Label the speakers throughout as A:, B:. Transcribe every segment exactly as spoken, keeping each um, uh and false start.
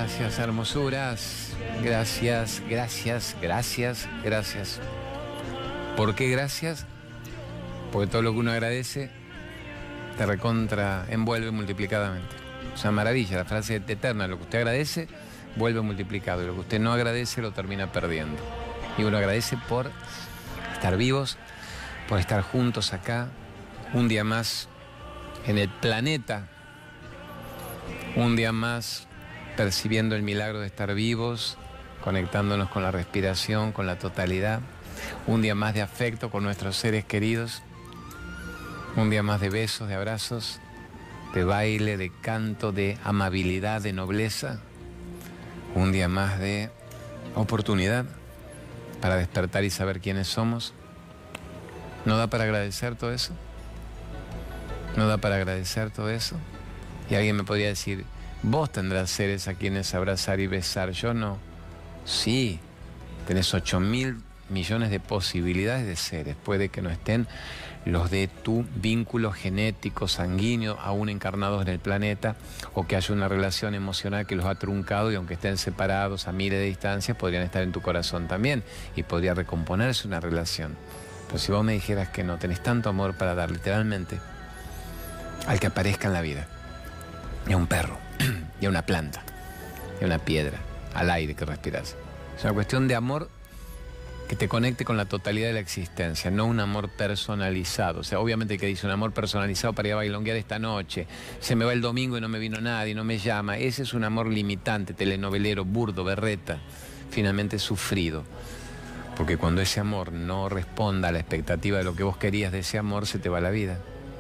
A: Gracias, hermosuras. Gracias, gracias, gracias, gracias. ¿Por qué gracias? Porque todo lo que uno agradece te recontra envuelve multiplicadamente. Es una maravilla, la frase eterna. Lo que usted agradece vuelve multiplicado y lo que usted no agradece lo termina perdiendo. Y uno agradece por estar vivos, por estar juntos acá, un día más en el planeta, un día más percibiendo el milagro de estar vivos, conectándonos con la respiración, con la totalidad, un día más de afecto con nuestros seres queridos, un día más de besos, de abrazos, de baile, de canto, de amabilidad, de nobleza, un día más de oportunidad para despertar y saber quiénes somos. ¿No da para agradecer todo eso? ¿No da para agradecer todo eso? Y alguien me podría decir, vos tendrás seres a quienes abrazar y besar, yo no. Sí, tenés ocho mil millones de posibilidades de seres. Puede que no estén los de tu vínculo genético, sanguíneo, aún encarnados en el planeta, o que haya una relación emocional que los ha truncado y aunque estén separados a miles de distancias, podrían estar en tu corazón también y podría recomponerse una relación. Pero si vos me dijeras que no tenés tanto amor para dar literalmente al que aparezca en la vida, y a un perro, y a una planta, y a una piedra, al aire que respiras. Es una cuestión de amor que te conecte con la totalidad de la existencia, no un amor personalizado. O sea, obviamente que dice un amor personalizado para ir a bailonguear esta noche, se me va el domingo y no me vino nadie, no me llama. Ese es un amor limitante, telenovelero, burdo, berreta, finalmente sufrido. Porque cuando ese amor no responda a la expectativa de lo que vos querías de ese amor, se te va la vida.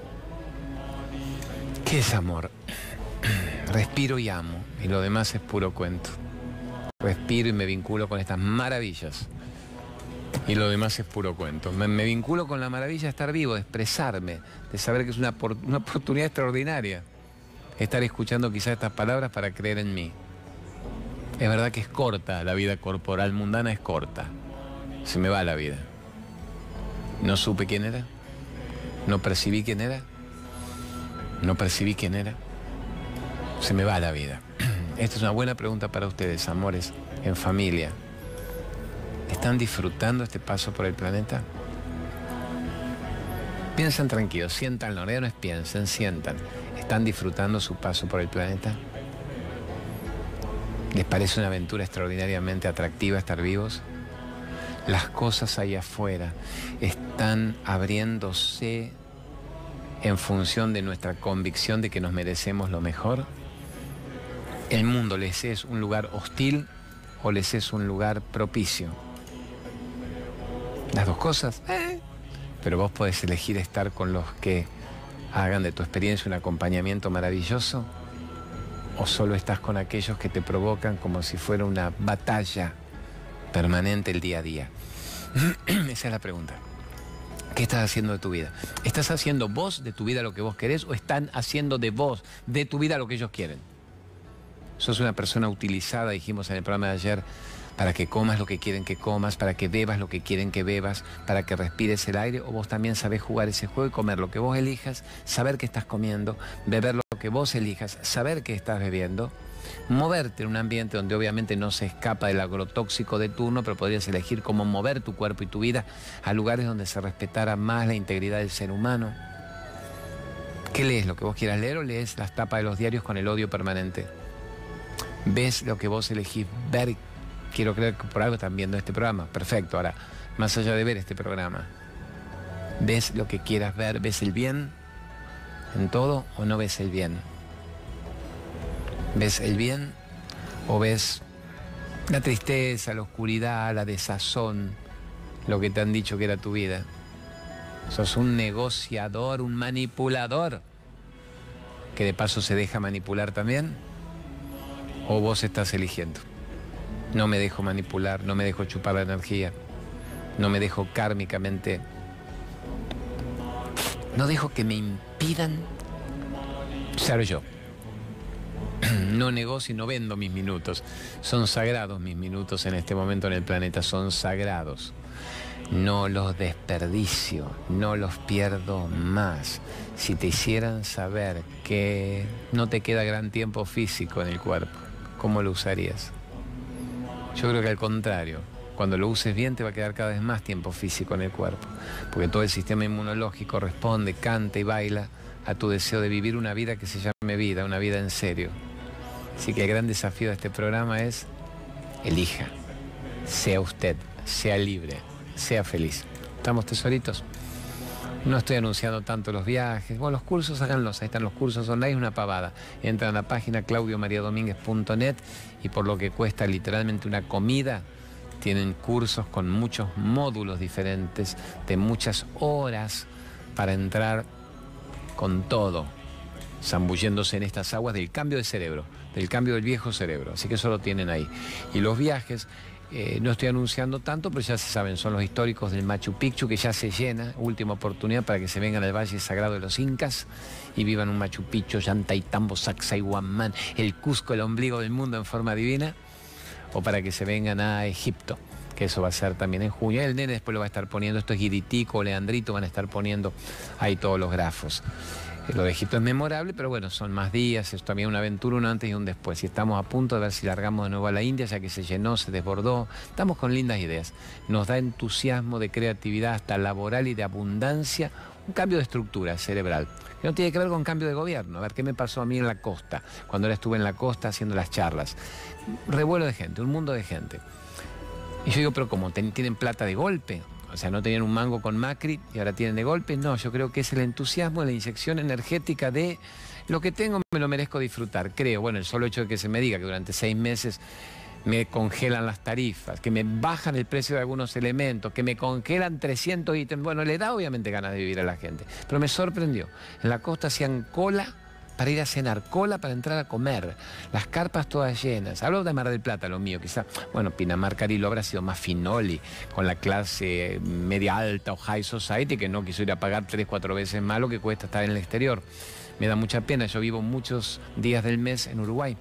A: ¿Qué es amor? Respiro y amo, y lo demás es puro cuento. Respiro y me vinculo con estas maravillas, y lo demás es puro cuento. Me, me vinculo con la maravilla de estar vivo, de expresarme, de saber que es una, una oportunidad extraordinaria. Estar escuchando quizás estas palabras para creer en mí. Es verdad que es corta la vida corporal, mundana es corta. Se me va la vida. No supe quién era, no percibí quién era, no percibí quién era. Se me va la vida. Esta es una buena pregunta para ustedes, amores, en familia. ¿Están disfrutando este paso por el planeta? Piensen tranquilos, siéntanlo, no es piensen, sientan. ¿Están disfrutando su paso por el planeta? ¿Les parece una aventura extraordinariamente atractiva estar vivos? Las cosas ahí afuera están abriéndose en función de nuestra convicción de que nos merecemos lo mejor. ¿El mundo les es un lugar hostil o les es un lugar propicio? Las dos cosas, eh. Pero vos podés elegir estar con los que hagan de tu experiencia un acompañamiento maravilloso, o solo estás con aquellos que te provocan como si fuera una batalla permanente el día a día. Esa es la pregunta. ¿Qué estás haciendo de tu vida? ¿Estás haciendo vos de tu vida lo que vos querés o están haciendo de vos, de tu vida, lo que ellos quieren? Sos una persona utilizada, dijimos en el programa de ayer, para que comas lo que quieren que comas, para que bebas lo que quieren que bebas, para que respires el aire, o vos también sabés jugar ese juego y comer lo que vos elijas, saber qué estás comiendo, beber lo que vos elijas, saber qué estás bebiendo, moverte en un ambiente donde obviamente no se escapa del agrotóxico de turno, pero podrías elegir cómo mover tu cuerpo y tu vida a lugares donde se respetara más la integridad del ser humano. ¿Qué lees? ¿Lo que vos quieras leer o lees las tapas de los diarios con el odio permanente? ¿Ves lo que vos elegís ver? Quiero creer que por algo están viendo este programa. Perfecto. Ahora, más allá de ver este programa, ¿ves lo que quieras ver? ¿Ves el bien en todo o no ves el bien? ¿Ves el bien o ves la tristeza, la oscuridad, la desazón, lo que te han dicho que era tu vida? Sos un negociador, un manipulador, que de paso se deja manipular también. ¿O vos estás eligiendo? No me dejo manipular, no me dejo chupar la energía, no me dejo kármicamente, no dejo que me impidan ser yo. No negocio y no vendo mis minutos. Son sagrados mis minutos en este momento en el planeta, son sagrados. No los desperdicio, no los pierdo más. Si te hicieran saber que no te queda gran tiempo físico en el cuerpo, ¿cómo lo usarías? Yo creo que al contrario, cuando lo uses bien te va a quedar cada vez más tiempo físico en el cuerpo, porque todo el sistema inmunológico responde, canta y baila a tu deseo de vivir una vida que se llame vida, una vida en serio. Así que el gran desafío de este programa es: elija, sea usted, sea libre, sea feliz. ¿Estamos, tesoritos? No estoy anunciando tanto los viajes. Bueno, los cursos, háganlos. Ahí están los cursos online, es una pavada. Entran a la página claudio maria domínguez punto net y por lo que cuesta literalmente una comida, tienen cursos con muchos módulos diferentes, de muchas horas para entrar con todo, zambulléndose en estas aguas del cambio de cerebro, del cambio del viejo cerebro. Así que eso lo tienen ahí. Y los viajes, eh, no estoy anunciando tanto, pero ya se saben, son los históricos del Machu Picchu, que ya se llena, última oportunidad para que se vengan al Valle Sagrado de los Incas y vivan un Machu Picchu, Llantaytambo, Sacsayhuamán, el Cusco, el ombligo del mundo en forma divina, o para que se vengan a Egipto, que eso va a ser también en junio. El nene después lo va a estar poniendo, esto es Guiritico, Leandrito, van a estar poniendo ahí todos los grafos. Lo de Egipto es memorable, pero bueno, son más días, es también una aventura, un antes y un después. Y estamos a punto de ver si largamos de nuevo a la India, ya que se llenó, se desbordó. Estamos con lindas ideas. Nos da entusiasmo de creatividad hasta laboral y de abundancia, un cambio de estructura cerebral, que no tiene que ver con cambio de gobierno. A ver, ¿qué me pasó a mí en la costa? Cuando ahora estuve en la costa haciendo las charlas. Revuelo de gente, un mundo de gente. Y yo digo, pero ¿cómo? ¿Tienen plata de golpe? O sea, no tenían un mango con Macri y ahora tienen de golpe. No, yo creo que es el entusiasmo, la inyección energética de lo que tengo, me lo merezco disfrutar. Creo, bueno, el solo hecho de que se me diga que durante seis meses me congelan las tarifas, que me bajan el precio de algunos elementos, que me congelan trescientos ítems. Bueno, le da obviamente ganas de vivir a la gente. Pero me sorprendió. En la costa hacían cola para ir a cenar, cola para entrar a comer, las carpas todas llenas. Hablo de Mar del Plata, lo mío, quizá, bueno, Pinamar, Carilo habrá sido más finoli, con la clase media alta o high society, que no quiso ir a pagar tres, cuatro veces más lo que cuesta estar en el exterior. Me da mucha pena, yo vivo muchos días del mes en Uruguay,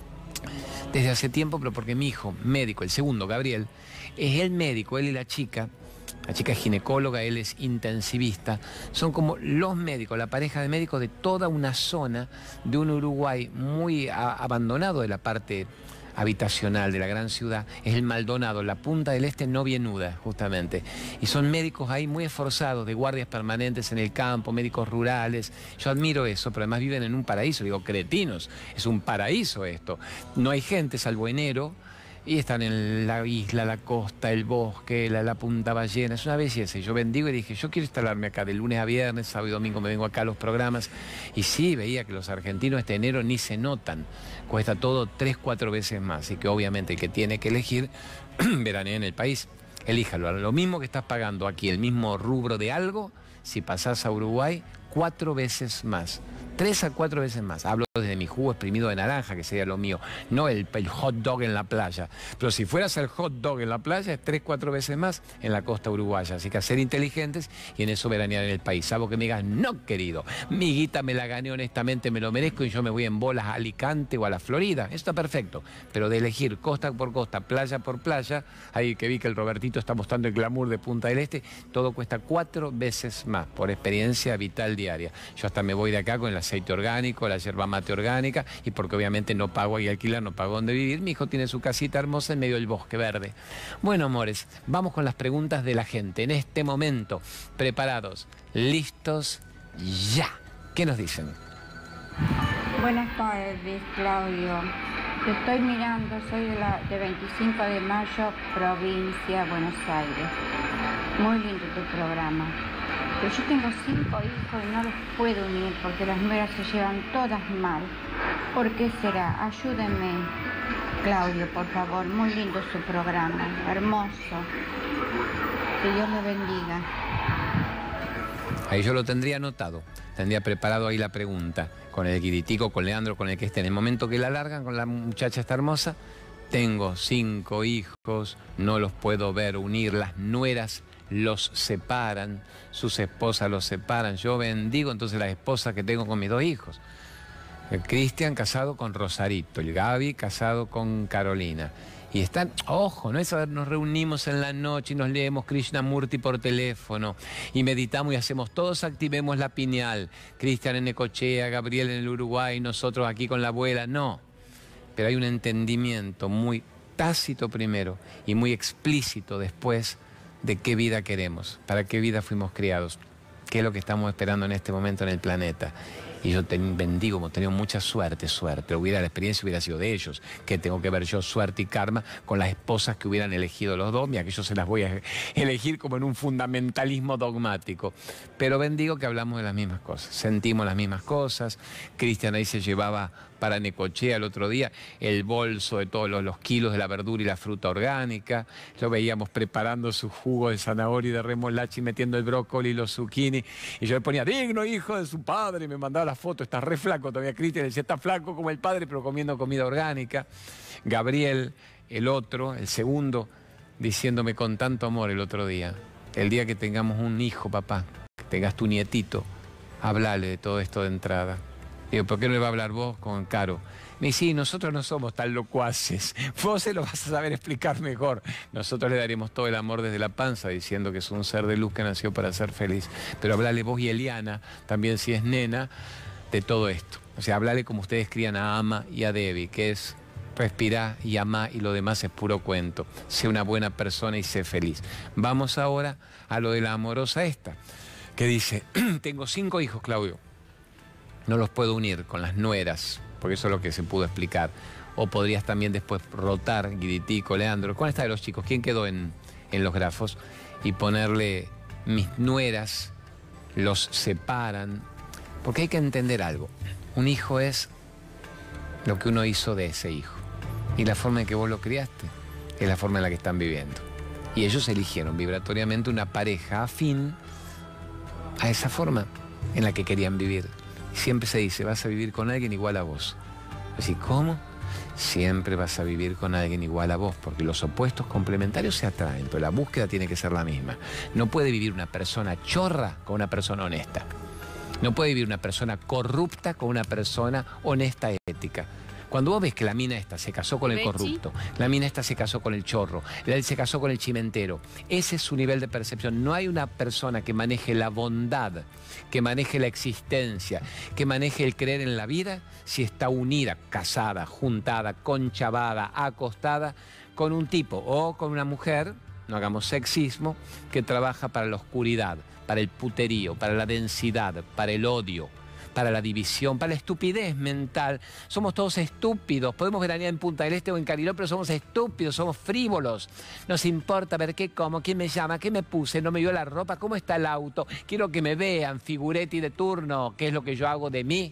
A: desde hace tiempo, pero porque mi hijo, médico, el segundo, Gabriel, es el médico, él y la chica. La chica es ginecóloga, él es intensivista. Son como los médicos, la pareja de médicos de toda una zona de un Uruguay muy a, abandonado de la parte habitacional de la gran ciudad. Es el Maldonado, la punta del este no bienuda, justamente. Y son médicos ahí muy esforzados, de guardias permanentes en el campo, médicos rurales. Yo admiro eso, pero además viven en un paraíso. Digo, cretinos, es un paraíso esto. No hay gente salvo enero. Y están en la isla, la costa, el bosque, la, la punta ballena. Es una belleza. Y yo bendigo y dije, yo quiero instalarme acá de lunes a viernes, sábado y domingo me vengo acá a los programas. Y sí, veía que los argentinos este enero ni se notan. Cuesta todo tres, cuatro veces más. Así que obviamente el que tiene que elegir, veranea en el país. Elíjalo. Lo mismo que estás pagando aquí, el mismo rubro de algo, si pasás a Uruguay, cuatro veces más. Tres a cuatro veces más. Hablo desde mi jugo exprimido de naranja, que sería lo mío, no el, el hot dog en la playa. Pero si fueras el hot dog en la playa, es tres, cuatro veces más en la costa uruguaya. Así que a ser inteligentes y en eso veranear en el país. Salvo que me digas, no, querido, mi guita me la gané honestamente, me lo merezco y yo me voy en bolas a Alicante o a la Florida. Eso está perfecto. Pero de elegir costa por costa, playa por playa, ahí que vi que el Robertito está mostrando el glamour de Punta del Este, todo cuesta cuatro veces más por experiencia vital diaria. Yo hasta me voy de acá con el aceite orgánico, la yerba mate orgánica, y porque obviamente no pago ahí alquiler, no pago donde vivir. Mi hijo tiene su casita hermosa en medio del bosque verde. Bueno, amores, vamos con las preguntas de la gente. En este momento, preparados, listos, ya. ¿Qué nos dicen?
B: Buenas tardes, Claudio. Te estoy mirando, soy de, la, de veinticinco de mayo, provincia Buenos Aires. Muy lindo tu programa. Pero yo tengo cinco hijos y no los puedo unir porque las nueras se llevan todas mal. ¿Por qué será? Ayúdenme, Claudio, por favor. Muy lindo su programa, hermoso. Que Dios le bendiga.
A: Ahí yo lo tendría anotado, tendría preparado ahí la pregunta, con el guiritico, con Leandro, con el que esté. En el momento que la largan con la muchacha esta hermosa, tengo cinco hijos, no los puedo ver unir, las nueras los separan, sus esposas los separan. Yo bendigo entonces las esposas que tengo con mis dos hijos. El Cristian casado con Rosarito, el Gaby casado con Carolina. Y están, ojo, no es a ver, nos reunimos en la noche y nos leemos Krishnamurti por teléfono y meditamos y hacemos todos, activemos la pineal. Cristian en Necochea, Gabriel en el Uruguay, nosotros aquí con la abuela. No. pero hay un entendimiento muy tácito primero y muy explícito después de qué vida queremos, para qué vida fuimos criados, qué es lo que estamos esperando en este momento en el planeta. Y yo te bendigo, hemos tenido mucha suerte, suerte. Hubiera, la experiencia hubiera sido de ellos. Que tengo que ver yo suerte y karma con las esposas que hubieran elegido los dos. Mira, que yo se las voy a elegir como en un fundamentalismo dogmático. Pero bendigo que hablamos de las mismas cosas. Sentimos las mismas cosas. Cristian ahí se llevaba para Necochea el otro día el bolso de todos los, los kilos de la verdura y la fruta orgánica. Lo veíamos preparando su jugo de zanahoria y de remolacha y metiendo el brócoli y los zucchini. Y yo le ponía, digno hijo de su padre, y me mandaba la foto, está re flaco todavía. Cristian decía, está flaco como el padre, pero comiendo comida orgánica. Gabriel, el otro, el segundo, diciéndome con tanto amor el otro día, el día que tengamos un hijo, papá, que tengas tu nietito, hablale de todo esto de entrada. Digo, ¿por qué no le va a hablar vos con Caro? Me dice, sí, nosotros no somos tan locuaces. Vos se lo vas a saber explicar mejor. Nosotros le daremos todo el amor desde la panza, diciendo que es un ser de luz que nació para ser feliz. Pero hablale vos y Eliana, también si es nena, de todo esto. O sea, hablale como ustedes crían a Ama y a Debbie, que es respirar y amar y lo demás es puro cuento. Sé una buena persona y sé feliz. Vamos ahora a lo de la amorosa esta, que dice, tengo cinco hijos, Claudio. No los puedo unir con las nueras, porque eso es lo que se pudo explicar. O podrías también después rotar, Guiditico, Leandro. ¿Cuál está de los chicos? ¿Quién quedó en, en los grafos? Y ponerle mis nueras, los separan. Porque hay que entender algo. Un hijo es lo que uno hizo de ese hijo. Y la forma en que vos lo criaste es la forma en la que están viviendo. Y ellos eligieron vibratoriamente una pareja afín a esa forma en la que querían vivir. Siempre se dice, vas a vivir con alguien igual a vos. Así, ¿cómo? Siempre vas a vivir con alguien igual a vos, porque los opuestos complementarios se atraen, pero la búsqueda tiene que ser la misma. No puede vivir una persona chorra con una persona honesta. No puede vivir una persona corrupta con una persona honesta y ética. Cuando vos ves que la mina esta se casó con el corrupto, la mina esta se casó con el chorro, él se casó con el chimentero, ese es su nivel de percepción. No hay una persona que maneje la bondad, que maneje la existencia, que maneje el creer en la vida si está unida, casada, juntada, conchavada, acostada con un tipo o con una mujer, no hagamos sexismo, que trabaja para la oscuridad, para el puterío, para la densidad, para el odio, para la división, para la estupidez mental. Somos todos estúpidos. Podemos veranear en Punta del Este o en Cariló, pero somos estúpidos, somos frívolos. Nos importa ver qué como, quién me llama, qué me puse, no me vio la ropa, cómo está el auto. Quiero que me vean, figuretti de turno, qué es lo que yo hago de mí.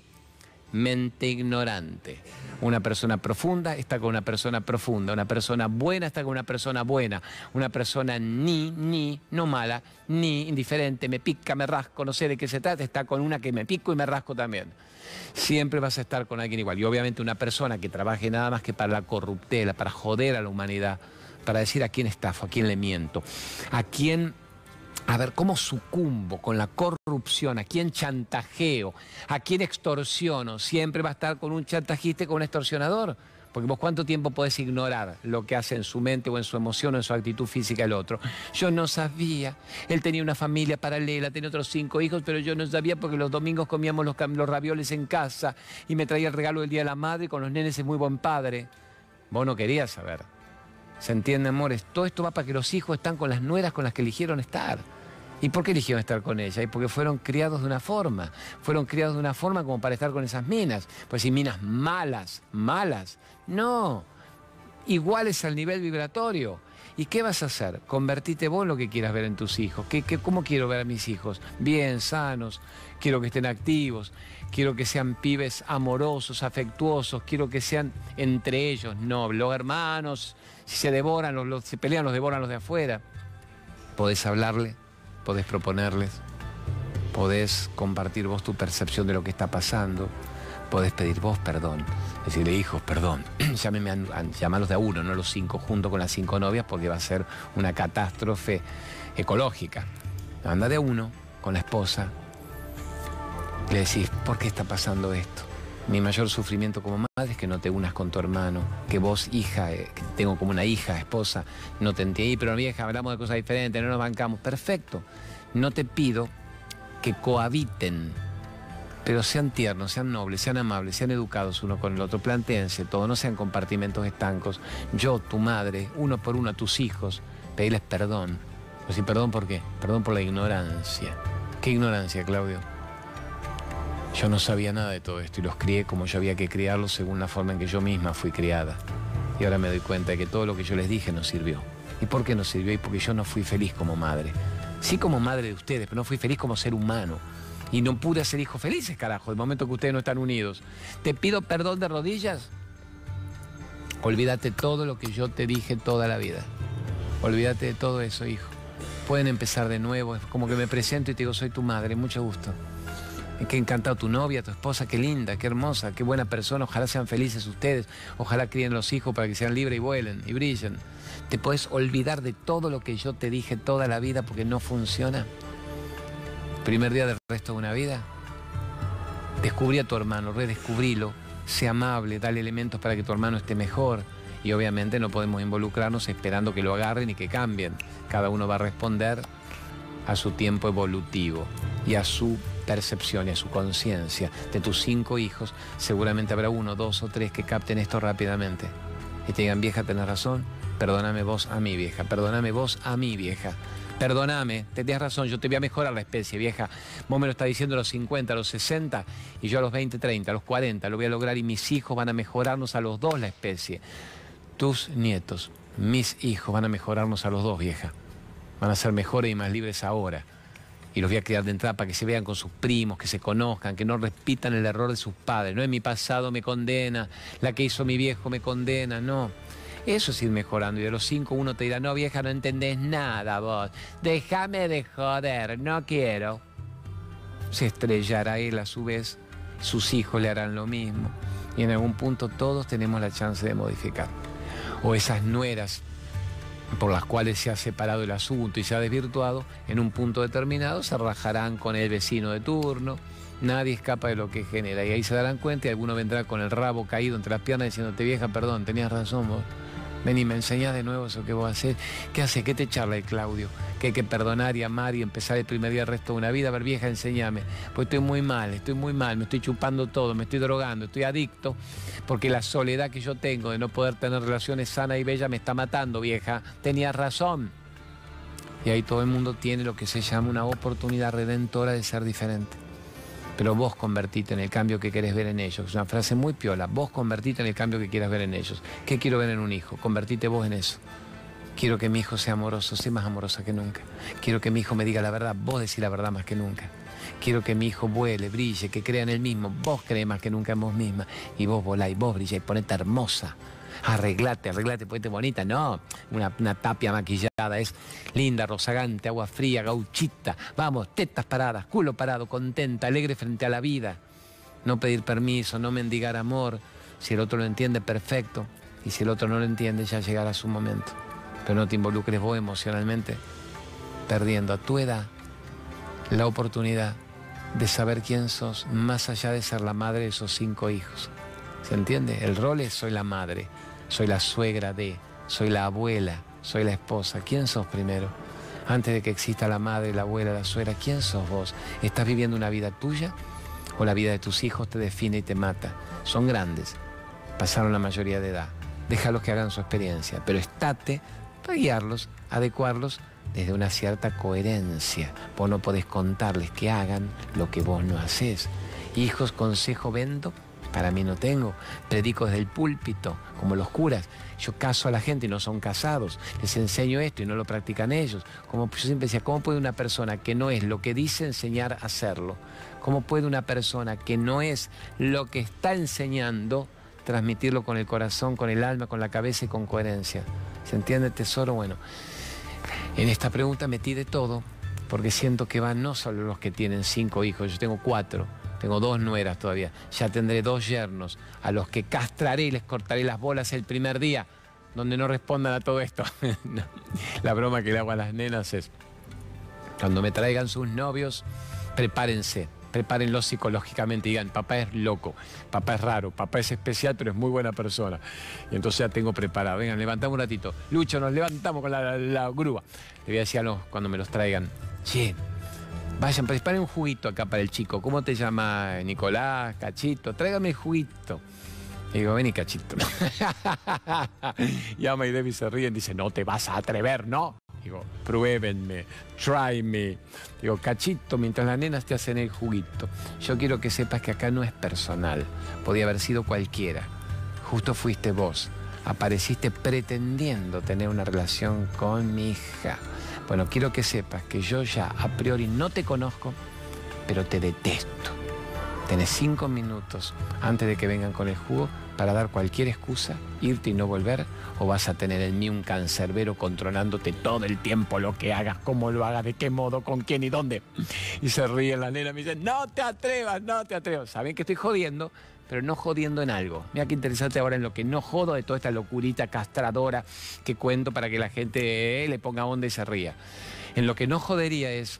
A: Mente ignorante. Una persona profunda está con una persona profunda, una persona buena está con una persona buena, una persona ni, ni, no mala, ni indiferente, me pica, me rasco, no sé de qué se trata, está con una que me pico y me rasco también. Siempre vas a estar con alguien igual. Y obviamente una persona que trabaje nada más que para la corruptela, para joder a la humanidad, para decir a quién estafo, a quién le miento, a quién... A ver, ¿cómo sucumbo con la corrupción? ¿A quién chantajeo? ¿A quién extorsiono? Siempre va a estar con un chantajista y con un extorsionador. Porque vos cuánto tiempo podés ignorar lo que hace en su mente o en su emoción o en su actitud física el otro. Yo no sabía. Él tenía una familia paralela, tenía otros cinco hijos, pero yo no sabía porque los domingos comíamos los, los ravioles en casa y me traía el regalo del Día de la Madre y con los nenes es muy buen padre. Vos no querías saber. ¿Se entiende, amores? Todo esto va para que los hijos están con las nueras con las que eligieron estar. ¿Y por qué eligieron estar con ella? Y porque fueron criados de una forma. Fueron criados de una forma como para estar con esas minas. Pues si minas malas, malas. No. Iguales al nivel vibratorio. ¿Y qué vas a hacer? Convertite vos en lo que quieras ver en tus hijos. ¿Qué, qué, ¿Cómo quiero ver a mis hijos? Bien, sanos. Quiero que estén activos. Quiero que sean pibes amorosos, afectuosos. Quiero que sean entre ellos. No, los hermanos, si se devoran, los, los, se pelean, los devoran los de afuera. Podés hablarle. Podés proponerles, podés compartir vos tu percepción de lo que está pasando, podés pedir vos perdón, decirle, hijos, perdón, llámenme a, a, llamarlos de a uno, no los cinco junto con las cinco novias, porque va a ser una catástrofe ecológica. Anda de a uno con la esposa, le decís, ¿por qué está pasando esto? Mi mayor sufrimiento como madre es que no te unas con tu hermano, que vos, hija, eh, que tengo como una hija, esposa, no te entiendo, pero vieja, hablamos de cosas diferentes, no nos bancamos. Perfecto. No te pido que cohabiten Pero sean tiernos, sean nobles, sean amables, sean educados uno con el otro, plantéense todo, no sean compartimentos estancos. Yo, tu madre, uno por uno a tus hijos, pedirles perdón. O sea, perdón ¿por qué? Perdón por la ignorancia. ¿Qué ignorancia, Claudio? Yo no sabía nada de todo esto y los crié como yo había que criarlos según la forma en que yo misma fui criada. Y ahora me doy cuenta de que todo lo que yo les dije no sirvió. ¿Y por qué no sirvió? Y porque yo no fui feliz como madre. Sí como madre de ustedes, pero no fui feliz como ser humano. Y no pude hacer hijos felices, carajo, el momento que ustedes no están unidos. Te pido perdón de rodillas. Olvídate todo lo que yo te dije toda la vida. Olvídate de todo eso, hijo. Pueden empezar de nuevo. Es como que me presento y te digo, soy tu madre, mucho gusto. Qué encantado tu novia, tu esposa, qué linda, qué hermosa, qué buena persona. Ojalá sean felices ustedes. Ojalá críen los hijos para que sean libres y vuelen y brillen. Te puedes olvidar de todo lo que yo te dije toda la vida porque no funciona. Primer día del resto de una vida. Descubrí a tu hermano, redescubrilo. Sé amable, dale elementos para que tu hermano esté mejor. Y obviamente no podemos involucrarnos esperando que lo agarren y que cambien. Cada uno va a responder a su tiempo evolutivo y a su percepción y a su conciencia. De tus cinco hijos, seguramente habrá uno, dos o tres que capten esto rápidamente. Y te digan, vieja, tenés razón, perdóname vos a mí, vieja, perdóname vos a mí, vieja. Perdóname, tenías razón, yo te voy a mejorar la especie, vieja. Vos me lo estás diciendo a los cincuenta, a los sesenta, y yo a los veinte, treinta, a los cuarenta, lo voy a lograr y mis hijos van a mejorarnos a los dos la especie. Tus nietos, mis hijos van a mejorarnos a los dos, vieja. Van a ser mejores y más libres ahora. Y los voy a criar de entrada para que se vean con sus primos, que se conozcan, que no repitan el error de sus padres. No es mi pasado me condena, la que hizo mi viejo me condena, no. Eso es ir mejorando. Y de los cinco uno te dirá, no vieja, no entendés nada vos. Déjame de joder, no quiero. Se estrellará él a su vez, sus hijos le harán lo mismo. Y en algún punto todos tenemos la chance de modificar. O esas nueras por las cuales se ha separado el asunto y se ha desvirtuado, en un punto determinado se rajarán con el vecino de turno. Nadie escapa de lo que genera. Y ahí se darán cuenta y alguno vendrá con el rabo caído entre las piernas diciéndote, vieja, perdón, tenías razón vos. Ven y me enseñás de nuevo eso que vos hacés. ¿Qué hace? ¿Qué te charla el Claudio? Que hay que perdonar y amar y empezar el primer día del resto de una vida. A ver, vieja, enséñame. Pues estoy muy mal, estoy muy mal, me estoy chupando todo, me estoy drogando, estoy adicto. Porque la soledad que yo tengo de no poder tener relaciones sanas y bellas me está matando, vieja. Tenías razón. Y ahí todo el mundo tiene lo que se llama una oportunidad redentora de ser diferente. Pero vos convertite en el cambio que querés ver en ellos. Es una frase muy piola. Vos convertite en el cambio que quieras ver en ellos. ¿Qué quiero ver en un hijo? Convertite vos en eso. Quiero que mi hijo sea amoroso, sé más amorosa que nunca. Quiero que mi hijo me diga la verdad, vos decís la verdad más que nunca. Quiero que mi hijo vuele, brille, que crea en él mismo. Vos crees más que nunca en vos misma. Y vos volá, y vos brilla, y ponete hermosa. Arreglate, arreglate, ponete bonita. No, una, una tapia maquillada. Es linda, rozagante, agua fría, gauchita. Vamos, tetas paradas, culo parado, contenta, alegre frente a la vida. No pedir permiso, no mendigar amor. Si el otro lo entiende, perfecto. Y si el otro no lo entiende, ya llegará su momento. Pero no te involucres vos emocionalmente, perdiendo a tu edad la oportunidad de saber quién sos, más allá de ser la madre de esos cinco hijos. ¿Se entiende? El rol es soy la madre, soy la suegra de, soy la abuela, soy la esposa. ¿Quién sos primero? Antes de que exista la madre, la abuela, la suegra, ¿quién sos vos? ¿Estás viviendo una vida tuya o la vida de tus hijos te define y te mata? Son grandes, pasaron la mayoría de edad. Déjalos que hagan su experiencia, pero estate para guiarlos, adecuarlos desde una cierta coherencia. Vos no podés contarles que hagan lo que vos no hacés. Hijos, consejo vendo, para mí no tengo. Predico desde el púlpito, como los curas. Yo caso a la gente y no son casados. Les enseño esto y no lo practican ellos. Como yo siempre decía, ¿cómo puede una persona que no es lo que dice enseñar a hacerlo? ¿Cómo puede una persona que no es lo que está enseñando transmitirlo con el corazón, con el alma, con la cabeza y con coherencia? ¿Se entiende, tesoro? Bueno, en esta pregunta metí de todo, porque siento que van no solo los que tienen cinco hijos, yo tengo cuatro, tengo dos nueras todavía, ya tendré dos yernos, a los que castraré y les cortaré las bolas el primer día, donde no respondan a todo esto. No, la broma que le hago a las nenas es, cuando me traigan sus novios, prepárense. Prepárenlos psicológicamente y digan, papá es loco, papá es raro, papá es especial, pero es muy buena persona. Y entonces ya tengo preparado. Vengan, levantamos un ratito. Lucho, nos levantamos con la, la, la grúa. Le voy a decir a los, cuando me los traigan, che, Vayan, preparen un juguito acá para el chico. ¿Cómo te llamas, Nicolás, Cachito? Tráigame el juguito. Y digo, vení, Cachito. Y Ama y Debbie se ríen, dice, no te vas a atrever, ¿no? Digo, pruébenme, try me. Digo, Cachito, mientras las nenas te hacen el juguito, yo quiero que sepas que acá no es personal. Podía haber sido cualquiera. Justo fuiste vos. Apareciste pretendiendo tener una relación con mi hija. Bueno, quiero que sepas que yo ya a priori no te conozco, pero te detesto. Tenés cinco minutos antes de que vengan con el jugo para dar cualquier excusa, irte y no volver, o vas a tener en mí un cancerbero controlándote todo el tiempo lo que hagas, cómo lo hagas, de qué modo, con quién y dónde. Y se ríe la nena, me dice, no te atrevas, no te atrevas. Saben que estoy jodiendo, pero no jodiendo en algo. Mira qué interesante ahora en lo que no jodo de toda esta locurita castradora que cuento para que la gente eh, le ponga onda y se ría. En lo que no jodería es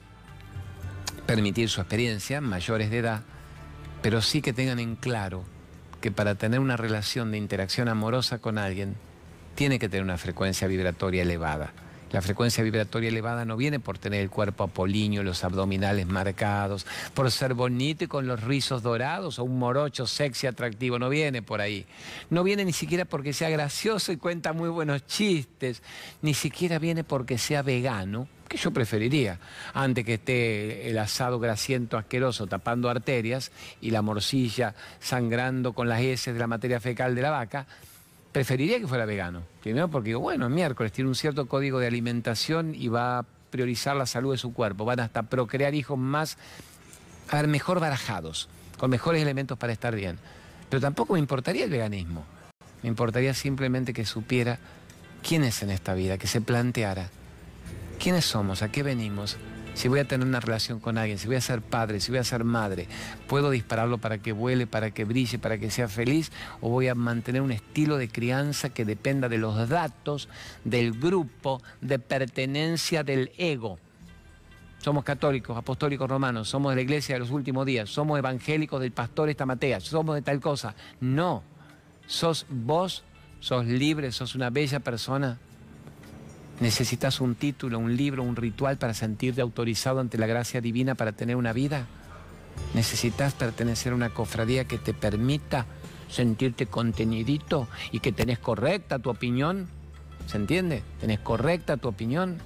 A: permitir su experiencia, mayores de edad, pero sí que tengan en claro que para tener una relación de interacción amorosa con alguien, tiene que tener una frecuencia vibratoria elevada. La frecuencia vibratoria elevada no viene por tener el cuerpo apolíneo, los abdominales marcados, por ser bonito y con los rizos dorados o un morocho sexy atractivo, no viene por ahí. No viene ni siquiera porque sea gracioso y cuenta muy buenos chistes, ni siquiera viene porque sea vegano, que yo preferiría, antes que esté el asado grasiento asqueroso tapando arterias y la morcilla sangrando con las heces de la materia fecal de la vaca. Preferiría que fuera vegano. Primero porque digo, bueno, es miércoles, tiene un cierto código de alimentación y va a priorizar la salud de su cuerpo. Van hasta procrear hijos más, a ver, mejor barajados, con mejores elementos para estar bien. Pero tampoco me importaría el veganismo. Me importaría simplemente que supiera quién es en esta vida, que se planteara quiénes somos, a qué venimos. Si voy a tener una relación con alguien, si voy a ser padre, si voy a ser madre, ¿puedo dispararlo para que vuele, para que brille, para que sea feliz? ¿O voy a mantener un estilo de crianza que dependa de los datos, del grupo, de pertenencia del ego? Somos católicos, apostólicos romanos, somos de la iglesia de los últimos días, somos evangélicos del pastor Estamateas, somos de tal cosa. No, sos vos, sos libre, sos una bella persona. ¿Necesitas un título, un libro, un ritual para sentirte autorizado ante la gracia divina para tener una vida? ¿Necesitas pertenecer a una cofradía que te permita sentirte contenidito y que tenés correcta tu opinión? ¿Se entiende? ¿Tenés correcta tu opinión?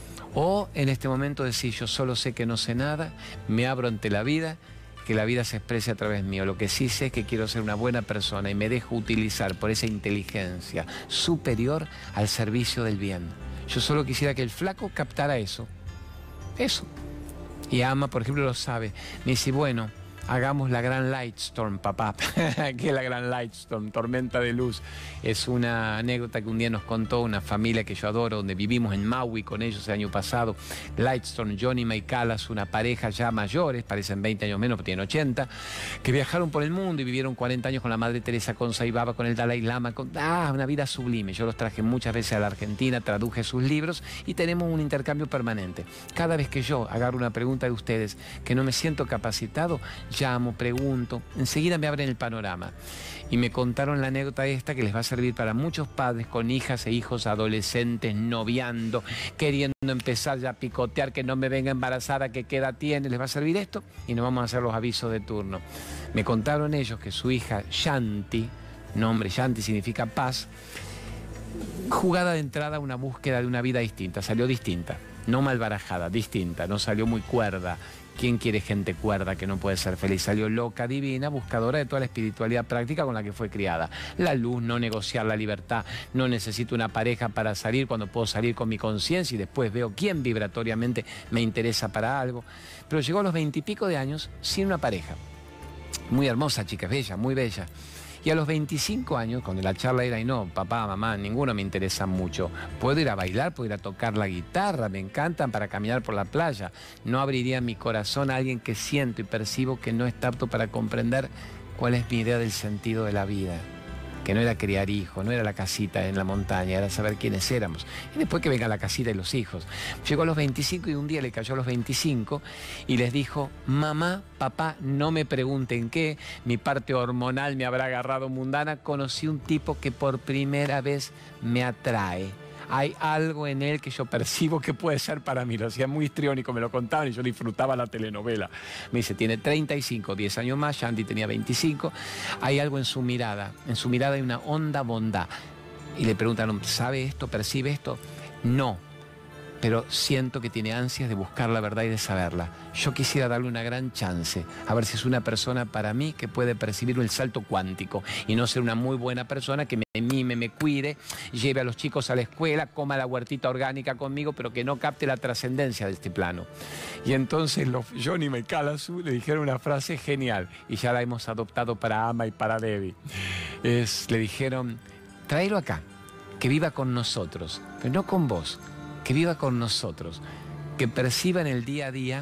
A: O en este momento decís, yo solo sé que no sé nada, me abro ante la vida, que la vida se exprese a través mío. Lo que sí sé es que quiero ser una buena persona y me dejo utilizar por esa inteligencia superior al servicio del bien. Yo solo quisiera que el flaco captara eso. Eso. Y Ama, por ejemplo, lo sabe. Me dice, bueno, hagamos la gran Lightstorm, papá. ¿Qué es la gran Lightstorm? Tormenta de luz. Es una anécdota que un día nos contó una familia que yo adoro, donde vivimos en Maui con ellos el año pasado. Lightstorm, Johnny May Callas, una pareja ya mayores, parecen veinte años menos, pero tienen ochenta, que viajaron por el mundo y vivieron cuarenta años con la Madre Teresa, con Sai Baba, con el Dalai Lama. Con, ah, una vida sublime. Yo los traje muchas veces a la Argentina, traduje sus libros y tenemos un intercambio permanente. Cada vez que yo agarro una pregunta de ustedes que no me siento capacitado, llamo, pregunto, enseguida me abren el panorama. Y me contaron la anécdota esta que les va a servir para muchos padres con hijas e hijos adolescentes, noviando, queriendo empezar ya a picotear, que no me venga embarazada, que qué edad tiene, les va a servir esto y nos vamos a hacer los avisos de turno. Me contaron ellos que su hija Shanti, nombre Shanti significa paz, jugada de entrada a una búsqueda de una vida distinta, salió distinta, no mal barajada, distinta, no salió muy cuerda. ¿Quién quiere gente cuerda que no puede ser feliz? Salió loca, divina, buscadora de toda la espiritualidad práctica con la que fue criada. La luz, no negociar la libertad, no necesito una pareja para salir cuando puedo salir con mi conciencia y después veo quién vibratoriamente me interesa para algo. Pero llegó a los veintipico de años sin una pareja. Muy hermosa chica, bella, muy bella. Y a los veinticinco años, cuando la charla era, y no, papá, mamá, ninguno me interesa mucho. Puedo ir a bailar, puedo ir a tocar la guitarra, me encantan para caminar por la playa. No abriría mi corazón a alguien que siento y percibo que no está apto para comprender cuál es mi idea del sentido de la vida. Que no era criar hijos, no era la casita en la montaña, era saber quiénes éramos. Y después que venga la casita y los hijos. Llegó a los veinticinco y un día le cayó a los veinticinco y les dijo, mamá, papá, no me pregunten qué, mi parte hormonal me habrá agarrado mundana, conocí un tipo que por primera vez me atrae. hay algo en él que yo percibo que puede ser para mí. Lo hacía muy histriónico, me lo contaban y yo disfrutaba la telenovela. Me dice, tiene treinta y cinco, diez años más, Shanti tenía veinticinco. Hay algo en su mirada, en su mirada hay una honda bondad. Y le preguntan, ¿sabe esto? ¿Percibe esto? No. Pero siento que tiene ansias de buscar la verdad y de saberla. Yo quisiera darle una gran chance, a ver si es una persona para mí que puede percibir el salto cuántico y no ser una muy buena persona que me mime, me cuide, lleve a los chicos a la escuela, coma la huertita orgánica conmigo, pero que no capte la trascendencia de este plano. Y entonces los Johnny Mekalasu le dijeron una frase genial, y ya la hemos adoptado para Ama y para Debbie. Es, le dijeron, tráelo acá, que viva con nosotros, pero no con vos. Que viva con nosotros, que perciba en el día a día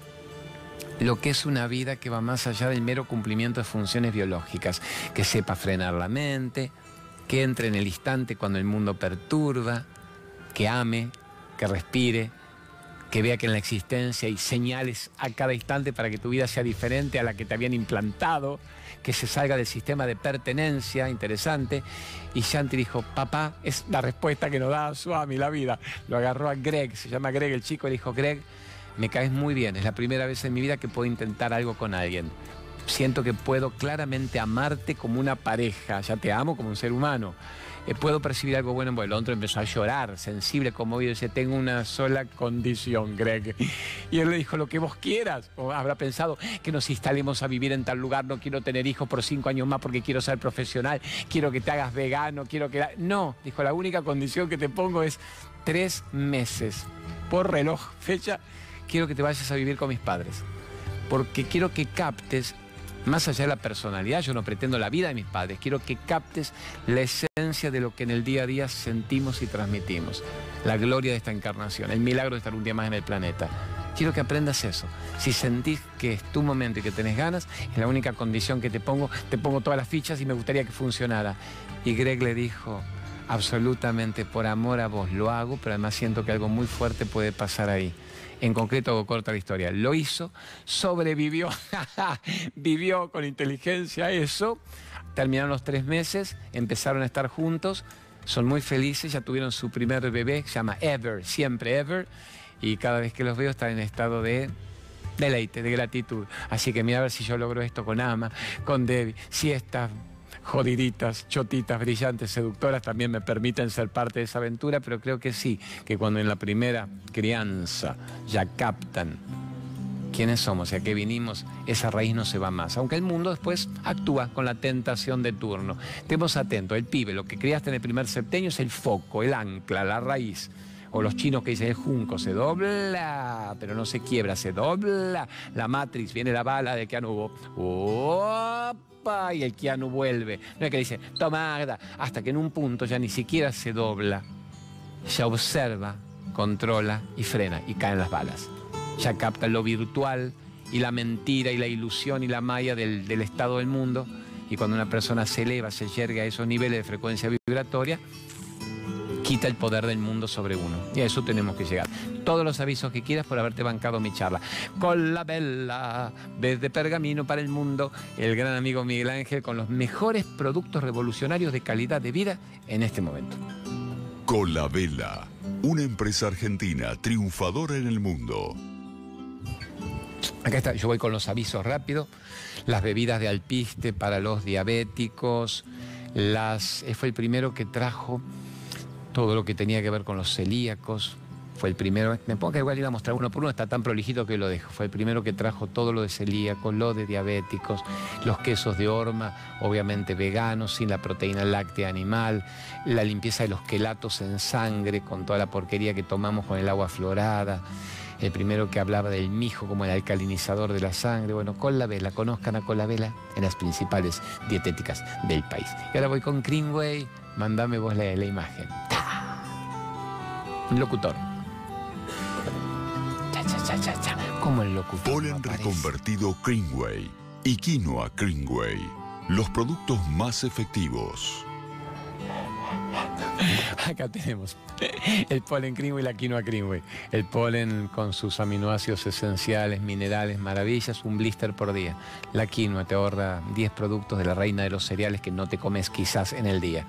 A: lo que es una vida que va más allá del mero cumplimiento de funciones biológicas, que sepa frenar la mente, que entre en el instante cuando el mundo perturba, que ame, que respire, que vea que en la existencia hay señales a cada instante para que tu vida sea diferente a la que te habían implantado, que se salga del sistema de pertenencia, interesante. Y Shanti dijo, papá, es la respuesta que nos da Swami, la vida. Lo agarró a Greg, se llama Greg el chico, le dijo, Greg, me caes muy bien, es la primera vez en mi vida que puedo intentar algo con alguien. Siento que puedo claramente amarte como una pareja, ya te amo como un ser humano. Eh, puedo percibir algo bueno en vos. El otro empezó a llorar, sensible, conmovido, y dice, tengo una sola condición, Greg. Y él le dijo, lo que vos quieras. O habrá pensado que nos instalemos a vivir en tal lugar, no quiero tener hijos por cinco años más porque quiero ser profesional, quiero que te hagas vegano, quiero que... La... No, dijo, la única condición que te pongo es tres meses. Por reloj, fecha, quiero que te vayas a vivir con mis padres. Porque quiero que captes, más allá de la personalidad, yo no pretendo la vida de mis padres, quiero que captes la esencia de lo que en el día a día sentimos y transmitimos. La gloria de esta encarnación, el milagro de estar un día más en el planeta. Quiero que aprendas eso. Si sentís que es tu momento y que tenés ganas, es la única condición que te pongo, te pongo todas las fichas y me gustaría que funcionara. Y Greg le dijo, absolutamente por amor a vos lo hago, pero además siento que algo muy fuerte puede pasar ahí. En concreto, hago corta la historia. Lo hizo, sobrevivió, vivió con inteligencia eso. Terminaron los tres meses, empezaron a estar juntos, son muy felices, ya tuvieron su primer bebé, se llama Ever, siempre Ever, y cada vez que los veo están en estado de deleite, de gratitud. Así que mira a ver si yo logro esto con Ama, con Debbie, si estas jodiditas, chotitas, brillantes, seductoras también me permiten ser parte de esa aventura, pero creo que sí, que cuando en la primera crianza ya captan quiénes somos y a qué vinimos, esa raíz no se va más. Aunque el mundo después actúa con la tentación de turno. Estemos atentos, el pibe, lo que criaste en el primer septenio es el foco, el ancla, la raíz. O los chinos que dicen el junco, se dobla, pero no se quiebra, se dobla. La Matrix, viene la bala de Keanu, ¡opa! Y el Keanu vuelve. No es que dice, toma, Agda, hasta que en un punto ya ni siquiera se dobla. Ya observa, controla y frena y caen las balas. Ya capta lo virtual y la mentira y la ilusión y la malla del, del estado del mundo. Y cuando una persona se eleva, se yergue a esos niveles de frecuencia vibratoria, quita el poder del mundo sobre uno. Y a eso tenemos que llegar. Todos los avisos que quieras por haberte bancado mi charla. Con la vela, desde Pergamino para el mundo, el gran amigo Miguel Ángel con los mejores productos revolucionarios de calidad de vida en este momento.
C: Con la vela, una empresa argentina triunfadora en el mundo.
A: Acá está, yo voy con los avisos rápidos. Las bebidas de alpiste para los diabéticos. Las, fue el primero que trajo todo lo que tenía que ver con los celíacos. Fue el primero, me pongo que igual iba a mostrar uno por uno, está tan prolijito que lo dejo. Fue el primero que trajo todo lo de celíacos, lo de diabéticos, los quesos de horma, obviamente veganos, sin la proteína láctea animal, la limpieza de los quelatos en sangre, con toda la porquería que tomamos con el agua florada. El primero que hablaba del mijo como el alcalinizador de la sangre. Bueno, con la vela, conozcan a Con la Vela en las principales dietéticas del país. Y ahora voy con Greenway, mandame vos la, la imagen. Un locutor. Cha, cha, cha, cha, cha. Como el locutor.
C: Polen
A: no
C: reconvertido Greenway y quinoa Greenway. Los productos más efectivos.
A: Acá tenemos el polen Greenway y la quinoa Greenway. El polen con sus aminoácidos esenciales, minerales, maravillas, un blister por día. La quinoa te ahorra diez productos de la reina de los cereales que no te comes quizás en el día.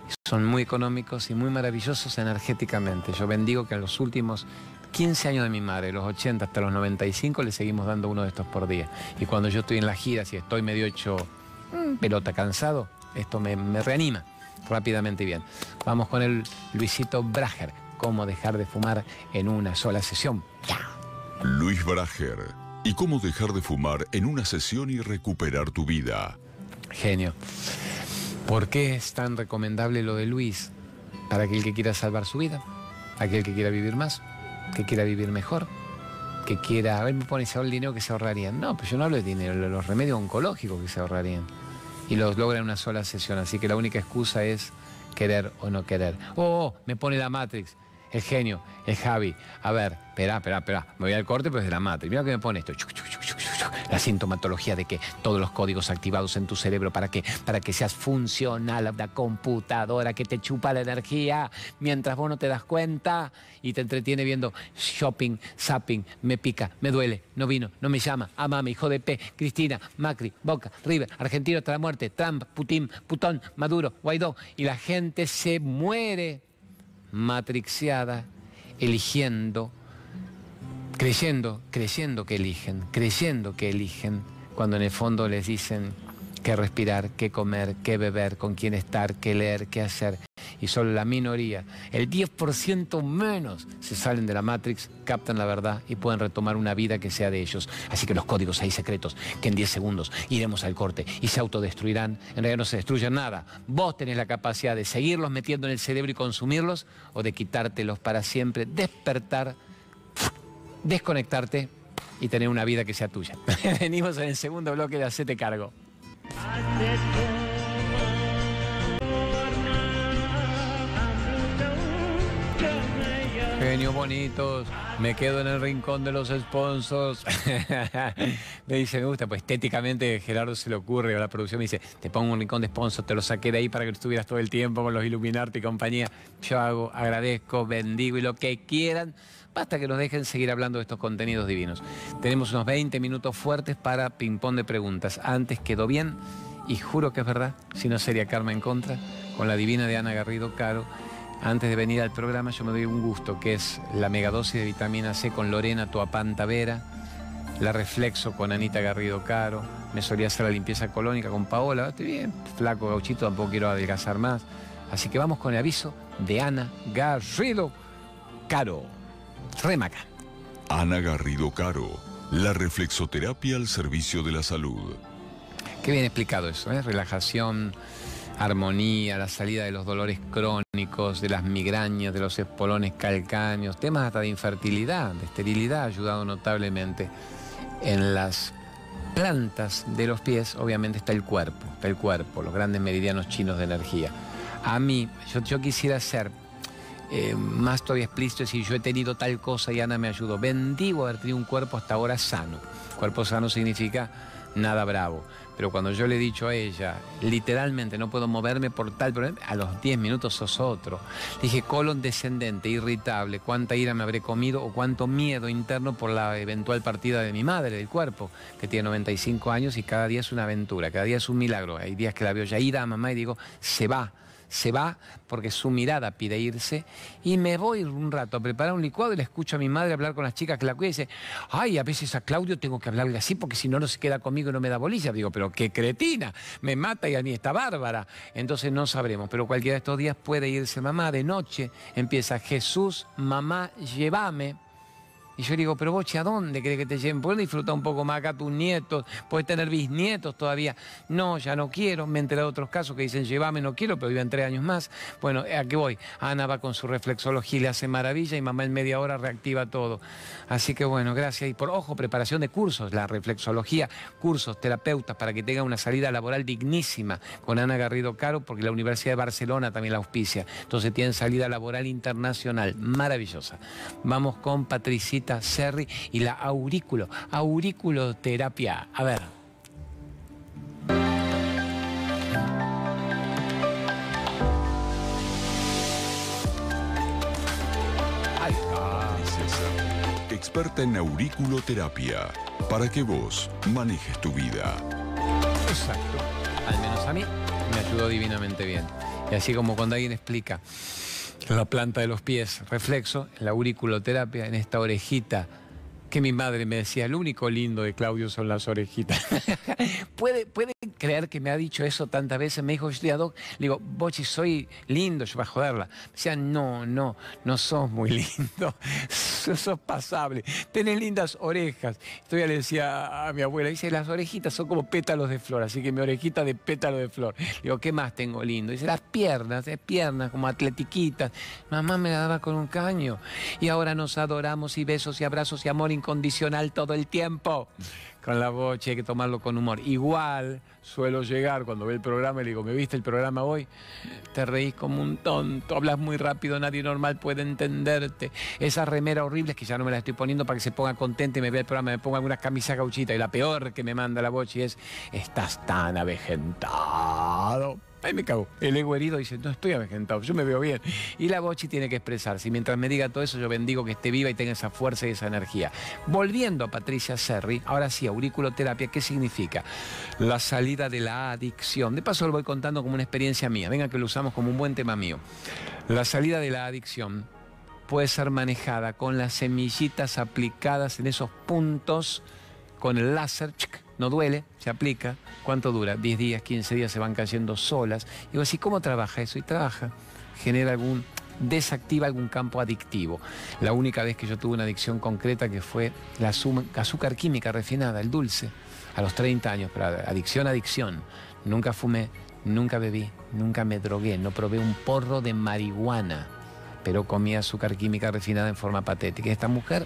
A: Son muy económicos y muy maravillosos energéticamente. Yo bendigo que en los últimos quince años de mi madre, los ochenta hasta los noventa y cinco, le seguimos dando uno de estos por día. Y cuando yo estoy en las giras y estoy medio hecho mmm, pelota, cansado, esto me, me reanima rápidamente y bien. Vamos con el Luisito Brager. ¿Cómo dejar de fumar en una sola sesión? ¡Ya!
C: Luis Brager. ¿Y cómo dejar de fumar en una sesión y recuperar tu vida?
A: Genio. ¿Por qué es tan recomendable lo de Luis? Para aquel que quiera salvar su vida, aquel que quiera vivir más, que quiera vivir mejor, que quiera... A ver, me pone ese el dinero que se ahorrarían. No, pero yo no hablo de dinero, los remedios oncológicos que se ahorrarían. Y los logra en una sola sesión. Así que la única excusa es querer o no querer. Oh, me pone la Matrix. El genio, el Javi. A ver, espera, espera, espera. Me voy al corte, pero es de la Matrix. Mira que me pone esto. La sintomatología de que todos los códigos activados en tu cerebro para que, para que seas funcional, la computadora que te chupa la energía mientras vos no te das cuenta y te entretiene viendo shopping, zapping, me pica, me duele, no vino, no me llama, amame, hijo de P, Cristina, Macri, Boca, River, Argentino hasta la muerte, Trump, Putin, Putón, Maduro, Guaidó, y la gente se muere matrixiada, eligiendo, creyendo, creyendo que eligen, creyendo que eligen, cuando en el fondo les dicen qué respirar, qué comer, qué beber, con quién estar, qué leer, qué hacer. Y solo la minoría, el diez por ciento menos, se salen de la Matrix, captan la verdad y pueden retomar una vida que sea de ellos. Así que los códigos hay secretos, que en diez segundos iremos al corte y se autodestruirán. En realidad no se destruyen nada. Vos tenés la capacidad de seguirlos metiendo en el cerebro y consumirlos, o de quitártelos para siempre, despertar, desconectarte y tener una vida que sea tuya. Venimos en el segundo bloque de Hacete Cargo. Genios bonitos, me quedo en el rincón de los sponsors. Me dice, me gusta, pues estéticamente Gerardo se le ocurre, o la producción me dice, te pongo un rincón de sponsors, te lo saqué de ahí para que estuvieras todo el tiempo con los Illuminati y compañía. Yo hago, agradezco, bendigo y lo que quieran. Basta que nos dejen seguir hablando de estos contenidos divinos. Tenemos unos veinte minutos fuertes para ping-pong de preguntas. Antes quedó bien, y juro que es verdad, si no sería karma en contra, con la divina de Ana Garrido Caro. Antes de venir al programa yo me doy un gusto, que es la megadosis de vitamina C con Lorena Toapanta Vera, la Reflexo con Anita Garrido Caro, me solía hacer la limpieza colónica con Paola. Estoy bien, flaco, gauchito, tampoco quiero adelgazar más. Así que vamos con el aviso de Ana Garrido Caro. Remaca.
C: Ana Garrido Caro, la reflexoterapia al servicio de la salud.
A: Qué bien explicado eso, ¿eh? Relajación, armonía, la salida de los dolores crónicos, de las migrañas, de los espolones calcáneos, temas hasta de infertilidad, de esterilidad, ha ayudado notablemente. En las plantas de los pies, obviamente, está el cuerpo, está el cuerpo, los grandes meridianos chinos de energía. A mí, yo, yo quisiera ser eh, más todavía explícito, decir, yo he tenido tal cosa y Ana me ayudó. Bendigo haber tenido un cuerpo hasta ahora sano. Cuerpo sano significa nada bravo. Pero cuando yo le he dicho a ella, literalmente no puedo moverme por tal problema, a los diez minutos sos otro. Dije, colon descendente, irritable, cuánta ira me habré comido o cuánto miedo interno por la eventual partida de mi madre del cuerpo, que tiene noventa y cinco años y cada día es una aventura, cada día es un milagro. Hay días que la veo ya ida a mamá y digo, se va. Se va porque su mirada pide irse y me voy un rato a preparar un licuado y le escucho a mi madre hablar con las chicas que la cuidan y dice, ay, a veces a Claudio tengo que hablarle así porque si no, no se queda conmigo y no me da bolilla. Digo, pero qué cretina, me mata y a mí está bárbara. Entonces no sabremos, pero cualquiera de estos días puede irse mamá. De noche empieza, Jesús, mamá, llévame. Y yo digo, pero vos, ¿a dónde querés que te lleven? ¿Puedes disfrutar un poco más acá tus nietos? ¿Puedes tener bisnietos todavía? No, ya no quiero. Me he enterado de otros casos que dicen, llévame, no quiero, pero viven tres años más. Bueno, ¿a qué voy? Ana va con su reflexología y le hace maravilla y mamá en media hora reactiva todo. Así que bueno, gracias. Y por ojo, preparación de cursos, la reflexología, cursos, terapeutas, para que tengan una salida laboral dignísima con Ana Garrido Caro, porque la Universidad de Barcelona también la auspicia. Entonces tienen salida laboral internacional, maravillosa. Vamos con Patricita Serri y la aurículo, auriculoterapia. A ver. Ahí está.
C: Experta en auriculoterapia, para que vos manejes tu vida.
A: Exacto. Al menos a mí me ayudó divinamente bien. Y así como cuando alguien explica la planta de los pies, reflexo, en la auriculoterapia, en esta orejita, que mi madre me decía, el único lindo de Claudio son las orejitas. ¿Puede, ¿Puede creer que me ha dicho eso tantas veces? Me dijo, yo estoy a Doc. Le digo, Bochi, soy lindo, yo para joderla. Me decía, no, no, no sos muy lindo, sos pasable, tenés lindas orejas. Todavía le decía a mi abuela, dice, las orejitas son como pétalos de flor, así que mi orejita de pétalo de flor. Le digo, ¿qué más tengo lindo? Dice, las piernas, eh, piernas como atletiquitas. Mamá me la daba con un caño. Y ahora nos adoramos y besos y abrazos y amor incondicional todo el tiempo. Con la Bochi hay que tomarlo con humor. Igual suelo llegar cuando ve el programa y le digo, ¿me viste el programa hoy? Te reís como un tonto, hablas muy rápido, nadie normal puede entenderte. Esa remera horrible es que ya no me la estoy poniendo para que se ponga contenta y me vea el programa, me ponga algunas camisas gauchitas. Y la peor que me manda la Bochi es, estás tan avejentado. Ahí me cago. El ego herido dice, no estoy avejentado, yo me veo bien. Y la Bochi tiene que expresarse. Y mientras me diga todo eso, yo bendigo que esté viva y tenga esa fuerza y esa energía. Volviendo a Patricia Serri, ahora sí, auriculoterapia, ¿qué significa? La salida de la adicción. De paso lo voy contando como una experiencia mía. Venga que lo usamos como un buen tema mío. La salida de la adicción puede ser manejada con las semillitas aplicadas en esos puntos, con el láser. No duele, se aplica. ¿Cuánto dura? diez días, quince días, se van cayendo solas. Y vos decís, ¿cómo trabaja eso? Y trabaja. Genera algún, desactiva algún campo adictivo. La única vez que yo tuve una adicción concreta que fue la azúcar química refinada, el dulce, a los treinta años. Pero adicción, adicción. Nunca fumé, nunca bebí, nunca me drogué, no probé un porro de marihuana, pero comí azúcar química refinada en forma patética. Esta mujer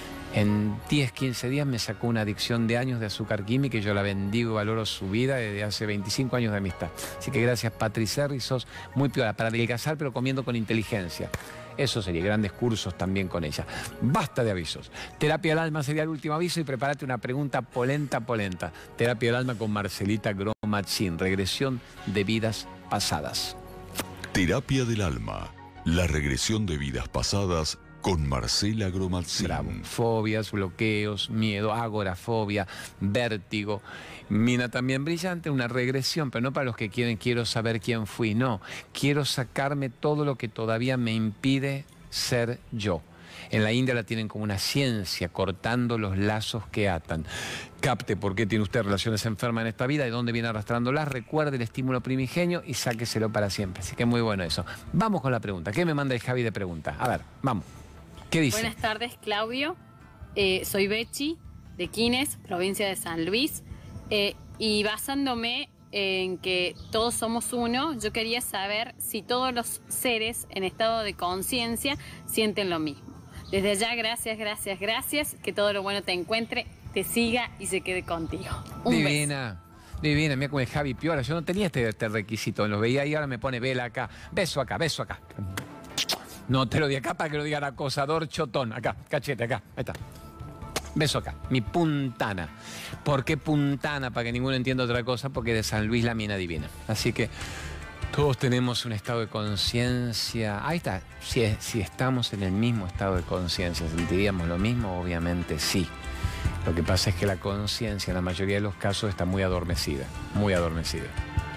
A: en diez, quince días me sacó una adicción de años de azúcar química y yo la bendigo y valoro su vida desde hace veinticinco años de amistad. Así que gracias, Patricia Serri, sos muy piola para adelgazar, pero comiendo con inteligencia. Eso sería, grandes cursos también con ella. Basta de avisos. Terapia del Alma sería el último aviso y prepárate una pregunta polenta, polenta. Terapia del Alma con Marcelita Gromachin, regresión de vidas pasadas.
C: Terapia del Alma, la regresión de vidas pasadas con Marcela Gromachin.
A: Bravo. Fobias, bloqueos, miedo, agorafobia, vértigo. Mina también brillante, una regresión, pero no para los que quieren, quiero saber quién fui. No, quiero sacarme todo lo que todavía me impide ser yo. En la India la tienen como una ciencia, cortando los lazos que atan. Capte por qué tiene usted relaciones enfermas en esta vida, de dónde viene arrastrándolas, recuerde el estímulo primigenio y sáqueselo para siempre. Así que muy bueno eso. Vamos con la pregunta. ¿Qué me manda el Javi de pregunta? A ver, vamos. ¿Qué dice?
D: Buenas tardes, Claudio. Eh, soy Bechi, de Quines, provincia de San Luis. Eh, y basándome en que todos somos uno, yo quería saber si todos los seres en estado de conciencia sienten lo mismo. Desde allá, gracias, gracias, gracias. Que todo lo bueno te encuentre, te siga y se quede contigo. Un
A: Divina.
D: beso.
A: Divina, mira como el Javi piola. Yo no tenía este, este requisito, lo veía y ahora me pone vela acá. Beso acá, beso acá. No te lo di acá para que lo digan acosador chotón. Acá, cachete, acá. Ahí está. Beso acá. Mi puntana. ¿Por qué puntana? Para que ninguno entienda otra cosa, porque de San Luis la mina divina. Así que todos tenemos un estado de conciencia. Ahí está. Si, es, si estamos en el mismo estado de conciencia, ¿sentiríamos lo mismo? Obviamente sí. Lo que pasa es que la conciencia en la mayoría de los casos está muy adormecida. Muy adormecida.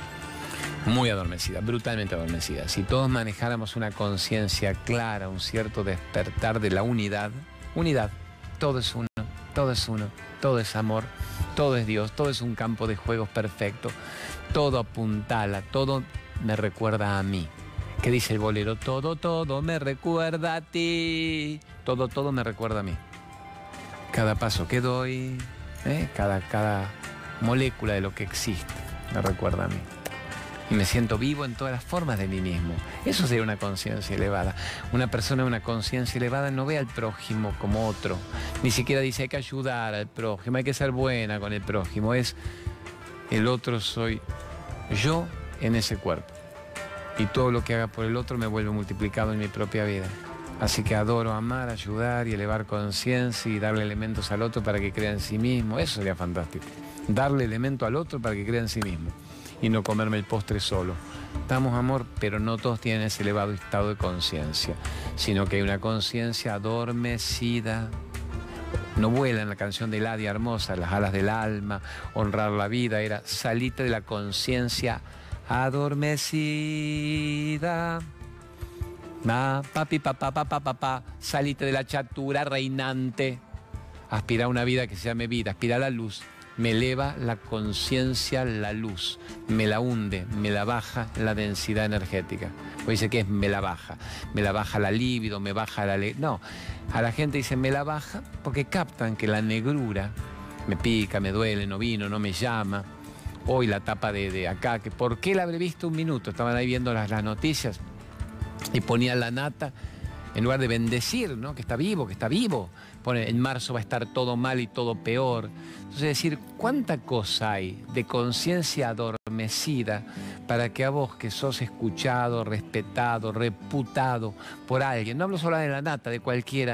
A: Muy adormecida, brutalmente adormecida. Si todos manejáramos una conciencia clara, un cierto despertar de la unidad, unidad, todo es uno, todo es uno, todo es amor, todo es Dios, todo es un campo de juegos perfecto, todo apuntala, todo me recuerda a mí. ¿Qué dice el bolero? Todo, todo me recuerda a ti, todo, todo me recuerda a mí. Cada paso que doy, ¿eh? cada, cada molécula de lo que existe me recuerda a mí. Y me siento vivo en todas las formas de mí mismo. Eso sería una conciencia elevada. Una persona de una conciencia elevada no ve al prójimo como otro. Ni siquiera dice hay que ayudar al prójimo, hay que ser buena con el prójimo. Es el otro soy yo en ese cuerpo. Y todo lo que haga por el otro me vuelve multiplicado en mi propia vida. Así que adoro amar, ayudar y elevar conciencia y darle elementos al otro para que crea en sí mismo. Eso sería fantástico. Darle elemento al otro para que crea en sí mismo. Y no comerme el postre solo. Damos amor, pero no todos tienen ese elevado estado de conciencia, sino que hay una conciencia adormecida. No vuela en la canción de Ladia Hermosa, las alas del alma, honrar la vida, era salite de la conciencia adormecida. Ma, papi, papá, papá, papá, salite de la chatura reinante. Aspira a una vida que se llame vida, aspira a la luz. Me eleva la conciencia, la luz. Me la hunde, me la baja la densidad energética. Pues dice que es me la baja. Me la baja la libido, me baja la... No, a la gente dice me la baja porque captan que la negrura me pica, me duele, no vino, no me llama. Hoy la tapa de, de acá, que ¿por qué la habré visto un minuto? Estaban ahí viendo las, las noticias y ponían la nata, en lugar de bendecir, ¿no? Que está vivo, que está vivo. Pone, en marzo va a estar todo mal y todo peor. Entonces, decir, ¿cuánta cosa hay de conciencia adormecida para que a vos, que sos escuchado, respetado, reputado por alguien, no hablo solo de la nata, de cualquiera,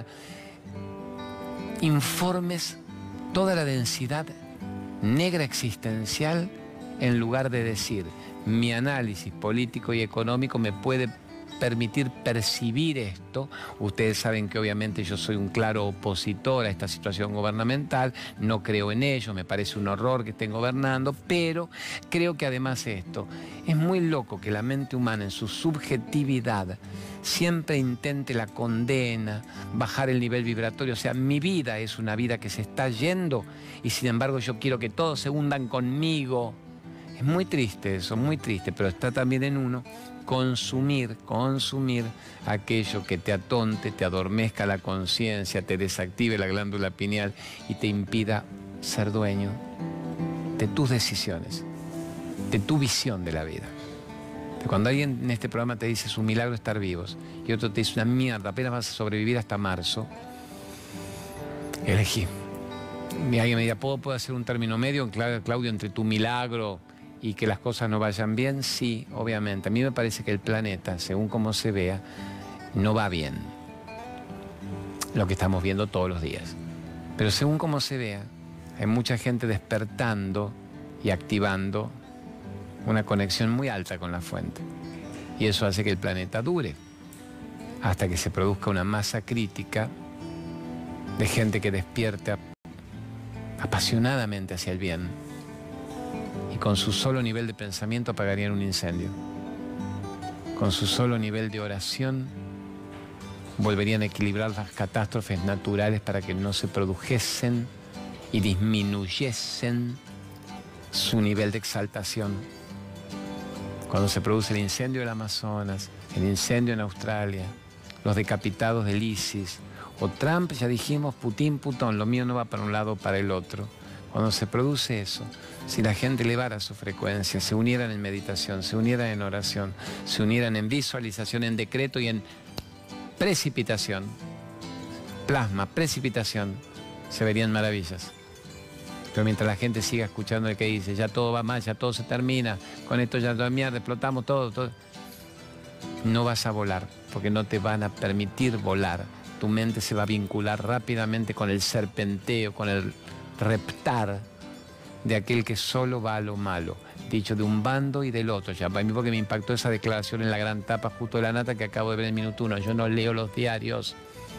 A: informes toda la densidad negra existencial en lugar de decir, mi análisis político y económico me puede permitir percibir esto? Ustedes saben que obviamente yo soy un claro opositor a esta situación gubernamental, no creo en ello, me parece un horror que estén gobernando, pero creo que además esto, es muy loco que la mente humana en su subjetividad siempre intente la condena, bajar el nivel vibratorio. O sea, mi vida es una vida que se está yendo y sin embargo yo quiero que todos se hundan conmigo. Es muy triste eso, muy triste, pero está también en uno consumir, consumir aquello que te atonte, te adormezca la conciencia, te desactive la glándula pineal y te impida ser dueño de tus decisiones, de tu visión de la vida. Cuando alguien en este programa te dice es un milagro estar vivos y otro te dice una mierda, apenas vas a sobrevivir hasta marzo, elegí. Y alguien me dirá, ¿puedo, ¿puedo hacer un término medio, Claudio, entre tu milagro y que las cosas no vayan bien? Sí, obviamente. A mí me parece que el planeta, según como se vea, no va bien. Lo que estamos viendo todos los días. Pero según como se vea, hay mucha gente despertando y activando una conexión muy alta con la fuente. Y eso hace que el planeta dure hasta que se produzca una masa crítica de gente que despierte apasionadamente hacia el bien y con su solo nivel de pensamiento apagarían un incendio. Con su solo nivel de oración volverían a equilibrar las catástrofes naturales para que no se produjesen y disminuyesen su nivel de exaltación. Cuando se produce el incendio del Amazonas, el incendio en Australia, los decapitados del ISIS, o Trump, ya dijimos, Putin, Putón, lo mío no va para un lado o para el otro. Cuando se produce eso, si la gente elevara su frecuencia, se unieran en meditación, se unieran en oración, se unieran en visualización, en decreto y en precipitación, plasma, precipitación, se verían maravillas. Pero mientras la gente siga escuchando el que dice, ya todo va mal, ya todo se termina, con esto ya toda mierda, explotamos todo, todo, no vas a volar, porque no te van a permitir volar. Tu mente se va a vincular rápidamente con el serpenteo, con el reptar de aquel que solo va a lo malo, dicho de un bando y del otro. Ya para mí, porque me impactó esa declaración en la gran tapa justo de la nata que acabo de ver en Minuto Uno. Yo no leo los diarios,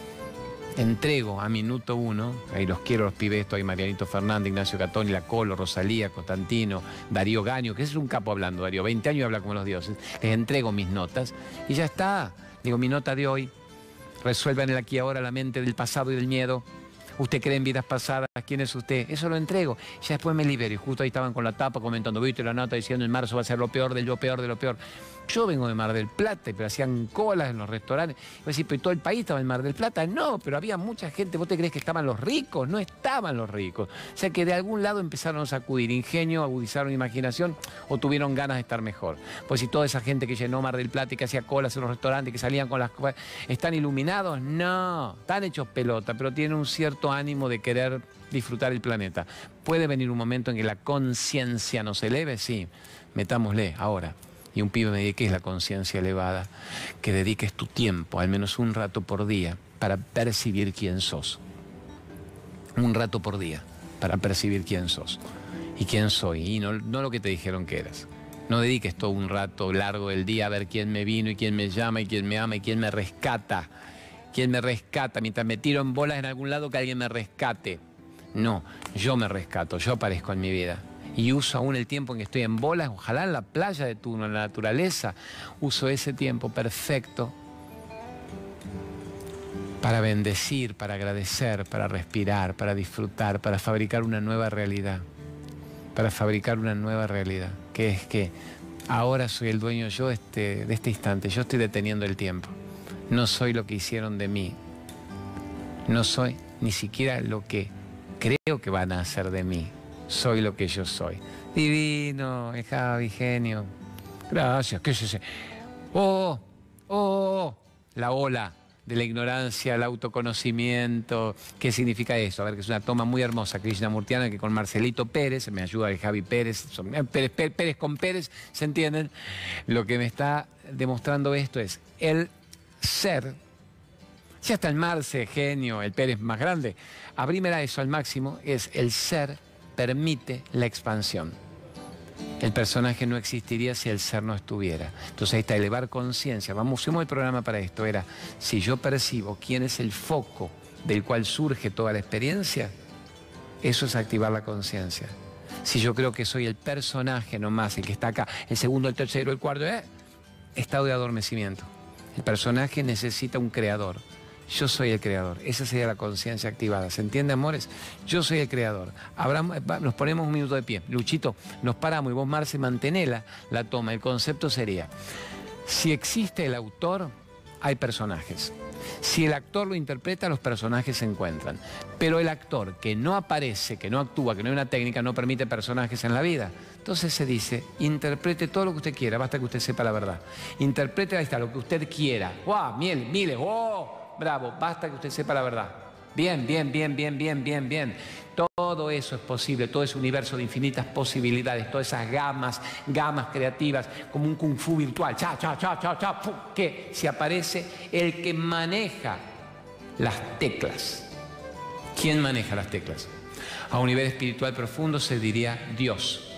A: entrego a Minuto Uno, ahí los quiero los pibes, esto hay Marianito Fernández, Ignacio Catoni, La Colo, Rosalía, Constantino, Darío Gaño, que es un capo hablando, Darío, veinte años y habla como los dioses. Les entrego mis notas y ya está. Digo, mi nota de hoy, resuelvan el aquí y ahora la mente del pasado y del miedo. Usted cree en vidas pasadas, ¿quién es usted? Eso lo entrego. Ya después me libero. Y justo ahí estaban con la tapa comentando, viste la nota diciendo en marzo va a ser lo peor de lo peor de lo peor. Yo vengo de Mar del Plata, pero hacían colas en los restaurantes. Iba a decir, pero todo el país estaba en Mar del Plata. No, pero había mucha gente. ¿Vos te crees que estaban los ricos? No estaban los ricos. O sea que de algún lado empezaron a sacudir ingenio, agudizaron imaginación o tuvieron ganas de estar mejor. Pues si toda esa gente que llenó Mar del Plata y que hacía colas en los restaurantes, que salían con las cosas, ¿están iluminados? No, están hechos pelota, pero tienen un cierto ánimo de querer disfrutar el planeta. ¿Puede venir un momento en que la conciencia nos eleve? Sí, metámosle ahora. Y un pibe me dice, ¿qué es la conciencia elevada? Que dediques tu tiempo, al menos un rato por día, para percibir quién sos. Un rato por día, para percibir quién sos. Y quién soy, y no, no lo que te dijeron que eras. No dediques todo un rato largo del día a ver quién me vino y quién me llama y quién me ama y quién me rescata. Quién me rescata, mientras me tiro en bolas en algún lado que alguien me rescate. No, yo me rescato, yo aparezco en mi vida. Y uso aún el tiempo en que estoy en bolas, ojalá en la playa de Turno, en la naturaleza, uso ese tiempo perfecto para bendecir, para agradecer, para respirar, para disfrutar, para fabricar una nueva realidad. Para fabricar una nueva realidad, que es que ahora soy el dueño yo este, de este instante. Yo estoy deteniendo el tiempo. No soy lo que hicieron de mí. No soy ni siquiera lo que creo que van a hacer de mí. Soy lo que yo soy. Divino, Javi, genio. Gracias, ¿qué es ese? Oh, oh, la ola de la ignorancia, el autoconocimiento. ¿Qué significa eso? A ver, que es una toma muy hermosa, krishnamurtiana, que con Marcelito Pérez, me ayuda el Javi Pérez, son, Pérez, Pérez, Pérez con Pérez, ¿se entienden? Lo que me está demostrando esto es el ser. Si hasta el Marce, genio, el Pérez más grande, abrímela eso al máximo, es el ser permite la expansión. El personaje no existiría si el ser no estuviera. Entonces ahí está, elevar conciencia. Vamos, usemos el programa para esto. Era, si yo percibo quién es el foco del cual surge toda la experiencia, eso es activar la conciencia. Si yo creo que soy el personaje nomás, el que está acá, el segundo, el tercero, el cuarto, ¿eh? Estado de adormecimiento. El personaje necesita un creador. Yo soy el creador. Esa sería la conciencia activada. ¿Se entiende, amores? Yo soy el creador. Abramos, nos ponemos un minuto de pie. Luchito, nos paramos y vos, Marce, mantenela la toma. El concepto sería, si existe el autor, hay personajes. Si el actor lo interpreta, los personajes se encuentran. Pero el actor que no aparece, que no actúa, que no hay una técnica, no permite personajes en la vida. Entonces se dice, interprete todo lo que usted quiera, basta que usted sepa la verdad. Interprete, ahí está, lo que usted quiera. ¡Wow! Miel, miles, ¡wow! Bravo, basta que usted sepa la verdad. Bien, bien, bien, bien, bien, bien, bien. Todo eso es posible, todo ese universo de infinitas posibilidades, todas esas gamas, gamas creativas, como un kung fu virtual. Cha, cha, cha, cha, cha, ¡pum! Que si aparece el que maneja las teclas. ¿Quién maneja las teclas? A un nivel espiritual profundo se diría Dios.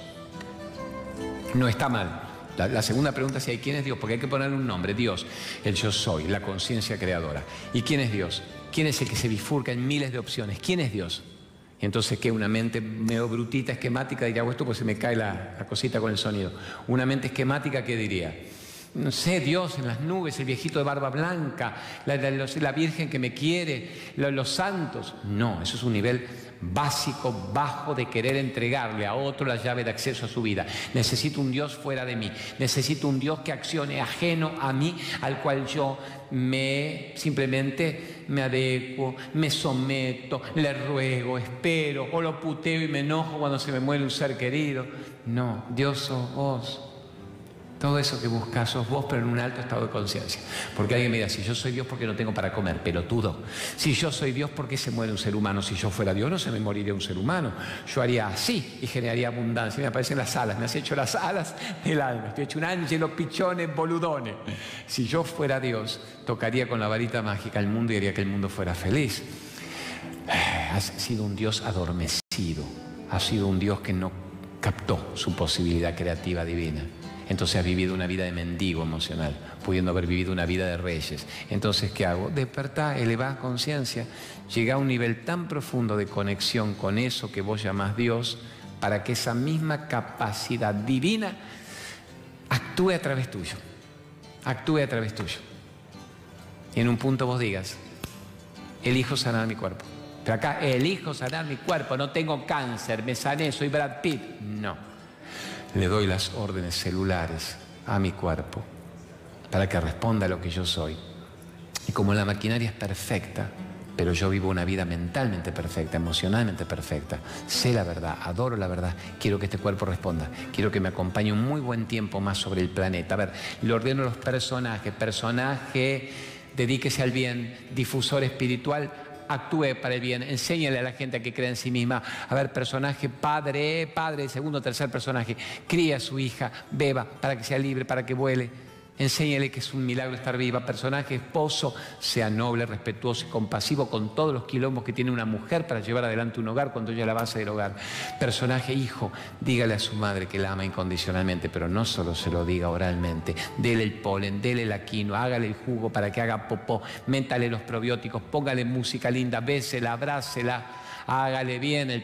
A: No está mal. La, la segunda pregunta es si hay quién es Dios, porque hay que ponerle un nombre. Dios, el yo soy, la conciencia creadora. ¿Y quién es Dios? ¿Quién es el que se bifurca en miles de opciones? ¿Quién es Dios? Y entonces, ¿qué? Una mente medio brutita, esquemática, diría, hago esto pues se me cae la, la cosita con el sonido. Una mente esquemática, ¿qué diría? No sé, Dios en las nubes, el viejito de barba blanca, la, la, los, la Virgen que me quiere, los, los santos. No, eso es un nivel básico, bajo de querer entregarle a otro la llave de acceso a su vida. Necesito un Dios fuera de mí. Necesito un Dios que accione ajeno a mí, al cual yo me simplemente me adecuo, me someto, le ruego, espero, o lo puteo y me enojo cuando se me muere un ser querido. No, Dios sos vos. Todo eso que buscas sos vos, pero en un alto estado de conciencia. Porque alguien me dirá, si yo soy Dios, ¿por qué no tengo para comer? Pelotudo. Si yo soy Dios, ¿por qué se muere un ser humano? Si yo fuera Dios, no se me moriría un ser humano. Yo haría así y generaría abundancia. Me aparecen las alas, me has hecho las alas del alma. Estoy hecho un ángelo, pichones, boludones. Si yo fuera Dios, tocaría con la varita mágica el mundo y haría que el mundo fuera feliz. Has sido un Dios adormecido. Has sido un Dios que no captó su posibilidad creativa divina. Entonces has vivido una vida de mendigo emocional, pudiendo haber vivido una vida de reyes. Entonces, ¿qué hago? Despertá, elevá conciencia, llegá a un nivel tan profundo de conexión con eso que vos llamás Dios, para que esa misma capacidad divina actúe a través tuyo. Actúe a través tuyo. Y en un punto vos digas, elijo sanar mi cuerpo. Pero acá, elijo sanar mi cuerpo, no tengo cáncer, me sané, soy Brad Pitt. No. Le doy las órdenes celulares a mi cuerpo para que responda a lo que yo soy. Y como la maquinaria es perfecta, pero yo vivo una vida mentalmente perfecta, emocionalmente perfecta, sé la verdad, adoro la verdad, quiero que este cuerpo responda, quiero que me acompañe un muy buen tiempo más sobre el planeta. A ver, le ordeno a los personajes, personaje, dedíquese al bien, difusor espiritual, actúe para el bien, enséñale a la gente a que crea en sí misma. A ver, personaje, padre, padre, segundo, tercer personaje, cría a su hija, beba para que sea libre, para que vuele. Enséñale que es un milagro estar viva. Personaje, esposo, sea noble, respetuoso y compasivo con todos los quilombos que tiene una mujer para llevar adelante un hogar cuando ella es la base del hogar. Personaje, hijo, dígale a su madre que la ama incondicionalmente, pero no solo se lo diga oralmente. Dele el polen, dele la quinoa, hágale el jugo para que haga popó, métale los probióticos, póngale música linda, bésela, abrácela, hágale bien el personaje.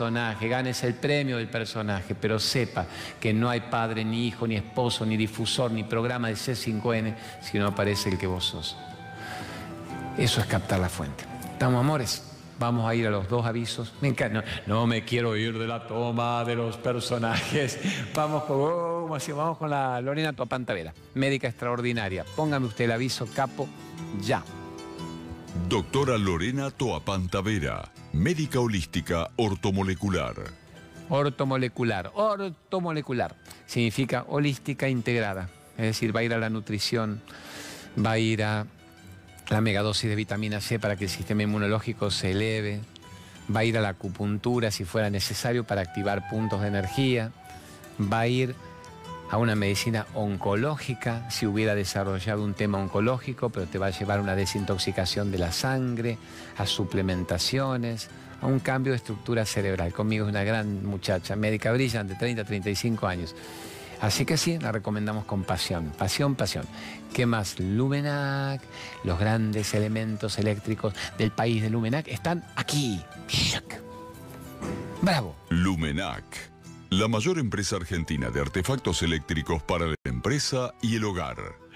A: personaje, ganes el premio del personaje, pero sepa que no hay padre, ni hijo, ni esposo, ni difusor, ni programa de C cinco N si no aparece el que vos sos. Eso es captar la fuente. ¿Estamos, amores? Vamos a ir a los dos avisos. Me encanta. No, no me quiero ir de la toma de los personajes. Vamos con, oh, vamos con la Lorena Toapantavera, médica extraordinaria. Póngame usted el aviso, capo, ya.
C: Doctora Lorena Toapantavera, médica holística ortomolecular.
A: Ortomolecular. Ortomolecular significa holística integrada. Es decir, va a ir a la nutrición, va a ir a la megadosis de vitamina C para que el sistema inmunológico se eleve, va a ir a la acupuntura si fuera necesario para activar puntos de energía, va a ir a una medicina oncológica si hubiera desarrollado un tema oncológico, pero te va a llevar a una desintoxicación de la sangre, a suplementaciones, a un cambio de estructura cerebral. Conmigo es una gran muchacha, médica brillante, treinta, treinta y cinco años. Así que sí, la recomendamos con pasión, pasión, pasión. ¿Qué más? Lumenac, los grandes elementos eléctricos del país de Lumenac están aquí. ¡Bravo!
C: Lumenac, la mayor empresa argentina de artefactos eléctricos para la empresa y el hogar.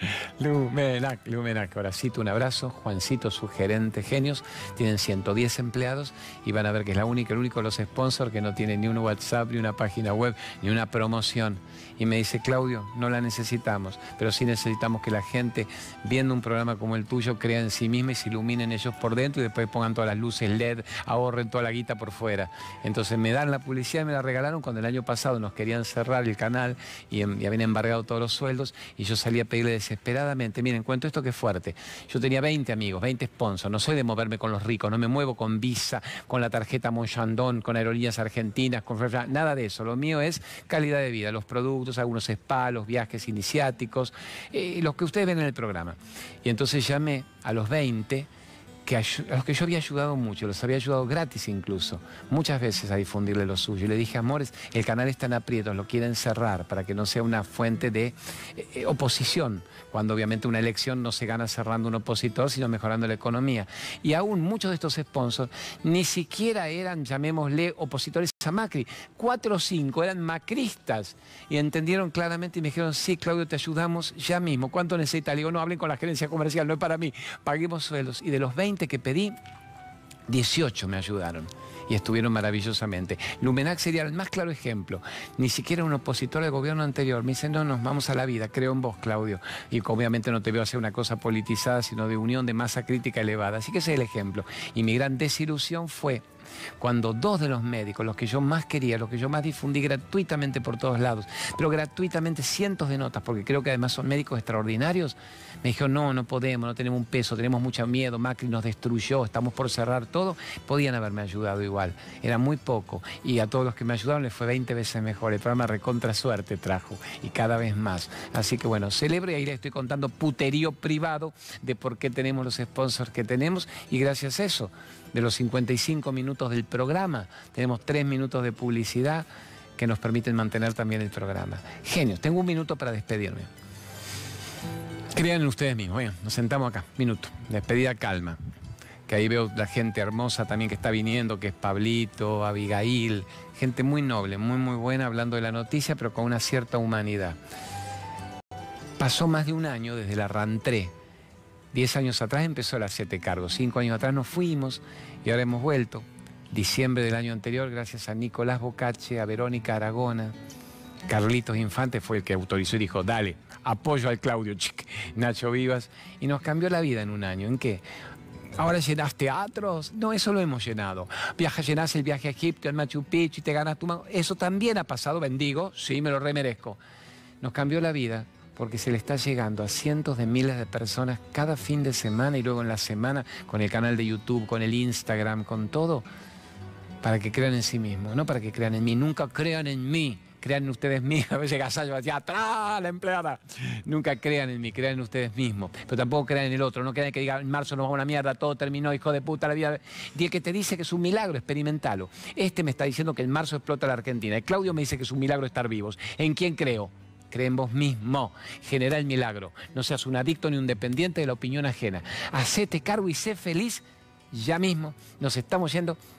A: Lumenac, Lumenac. Horacito, un abrazo. Juancito, su gerente, genios. Tienen ciento diez empleados y van a ver que es la única, el único de los sponsors que no tiene ni un WhatsApp, ni una página web, ni una promoción. Y me dice, Claudio, no la necesitamos, pero sí necesitamos que la gente, viendo un programa como el tuyo, crea en sí misma y se iluminen ellos por dentro y después pongan todas las luces L E D, ahorren toda la guita por fuera. Entonces me dan la publicidad y me la regalaron cuando el año pasado nos querían cerrar el canal y, y habían embargado todos los sueldos y yo salí a pedirle desesperadamente. Miren, cuento esto que es fuerte. Yo tenía veinte amigos, veinte sponsors. No soy de moverme con los ricos, no me muevo con Visa, con la tarjeta Monchandon, con Aerolíneas Argentinas, con nada de eso. Lo mío es calidad de vida, los productos, algunos spas, los viajes iniciáticos, eh, los que ustedes ven en el programa. Y entonces llamé a los veinte, que a los que yo había ayudado mucho, los había ayudado gratis incluso, muchas veces a difundirle lo suyo. Y le dije, amores, el canal está en aprietos, lo quieren cerrar para que no sea una fuente de eh, oposición, cuando obviamente una elección no se gana cerrando un opositor, sino mejorando la economía. Y aún muchos de estos sponsors ni siquiera eran, llamémosle, opositores a Macri. Cuatro o cinco eran macristas y entendieron claramente y me dijeron, sí, Claudio, te ayudamos ya mismo. ¿Cuánto necesitas? Le digo, no, hablen con la gerencia comercial, no es para mí. Paguemos sueldos. Y de los veinte que pedí, dieciocho me ayudaron y estuvieron maravillosamente. Lumenac sería el más claro ejemplo. Ni siquiera un opositor al gobierno anterior me dice, no, nos vamos a la vida, creo en vos, Claudio. Y obviamente no te veo hacer una cosa politizada, sino de unión de masa crítica elevada. Así que ese es el ejemplo. Y mi gran desilusión fue cuando dos de los médicos, los que yo más quería, los que yo más difundí gratuitamente por todos lados, pero gratuitamente cientos de notas, porque creo que además son médicos extraordinarios, me dijeron, no, no podemos, no tenemos un peso, tenemos mucho miedo, Macri nos destruyó, estamos por cerrar todo. Podían haberme ayudado igual, era muy poco, y a todos los que me ayudaron les fue veinte veces mejor. El programa recontra suerte trajo, y cada vez más. Así que bueno, celebro, y ahí les estoy contando puterío privado de por qué tenemos los sponsors que tenemos, y gracias a eso, de los cincuenta y cinco minutos del programa, tenemos tres minutos de publicidad que nos permiten mantener también el programa. Genios, tengo un minuto para despedirme. Crean en ustedes mismos. Bueno, nos sentamos acá, minuto, despedida calma. Que ahí veo la gente hermosa también que está viniendo, que es Pablito, Abigail, gente muy noble, muy muy buena, hablando de la noticia, pero con una cierta humanidad. Pasó más de un año desde la rentrée. Diez años atrás empezó la Hacete Cargo, cinco años atrás nos fuimos y ahora hemos vuelto. Diciembre del año anterior, gracias a Nicolás Bocacce, a Verónica Aragona, Carlitos Infante fue el que autorizó y dijo, dale, apoyo al Claudio, chic, Nacho Vivas, y nos cambió la vida en un año. ¿En qué? ¿Ahora llenás teatros? No, eso lo hemos llenado. Viaja, llenás el viaje a Egipto, el Machu Picchu y te ganas tu mano. Eso también ha pasado, bendigo, sí, me lo remerezco. Nos cambió la vida porque se le está llegando a cientos de miles de personas cada fin de semana y luego en la semana con el canal de YouTube, con el Instagram, con todo, para que crean en sí mismos, no para que crean en mí. Nunca crean en mí. Crean en ustedes mismos. A veces Gasallo decía, ¡atrás la empleada! Nunca crean en mí, crean en ustedes mismos. Pero tampoco crean en el otro. No crean que diga, en marzo nos va una mierda, todo terminó, hijo de puta, la vida. Y el que te dice que es un milagro, experimentalo. Este me está diciendo que en marzo explota la Argentina. Y Claudio me dice que es un milagro estar vivos. ¿En quién creo? Cree en vos mismo. Genera el milagro. No seas un adicto ni un dependiente de la opinión ajena. Hacete cargo y sé feliz ya mismo. Nos estamos yendo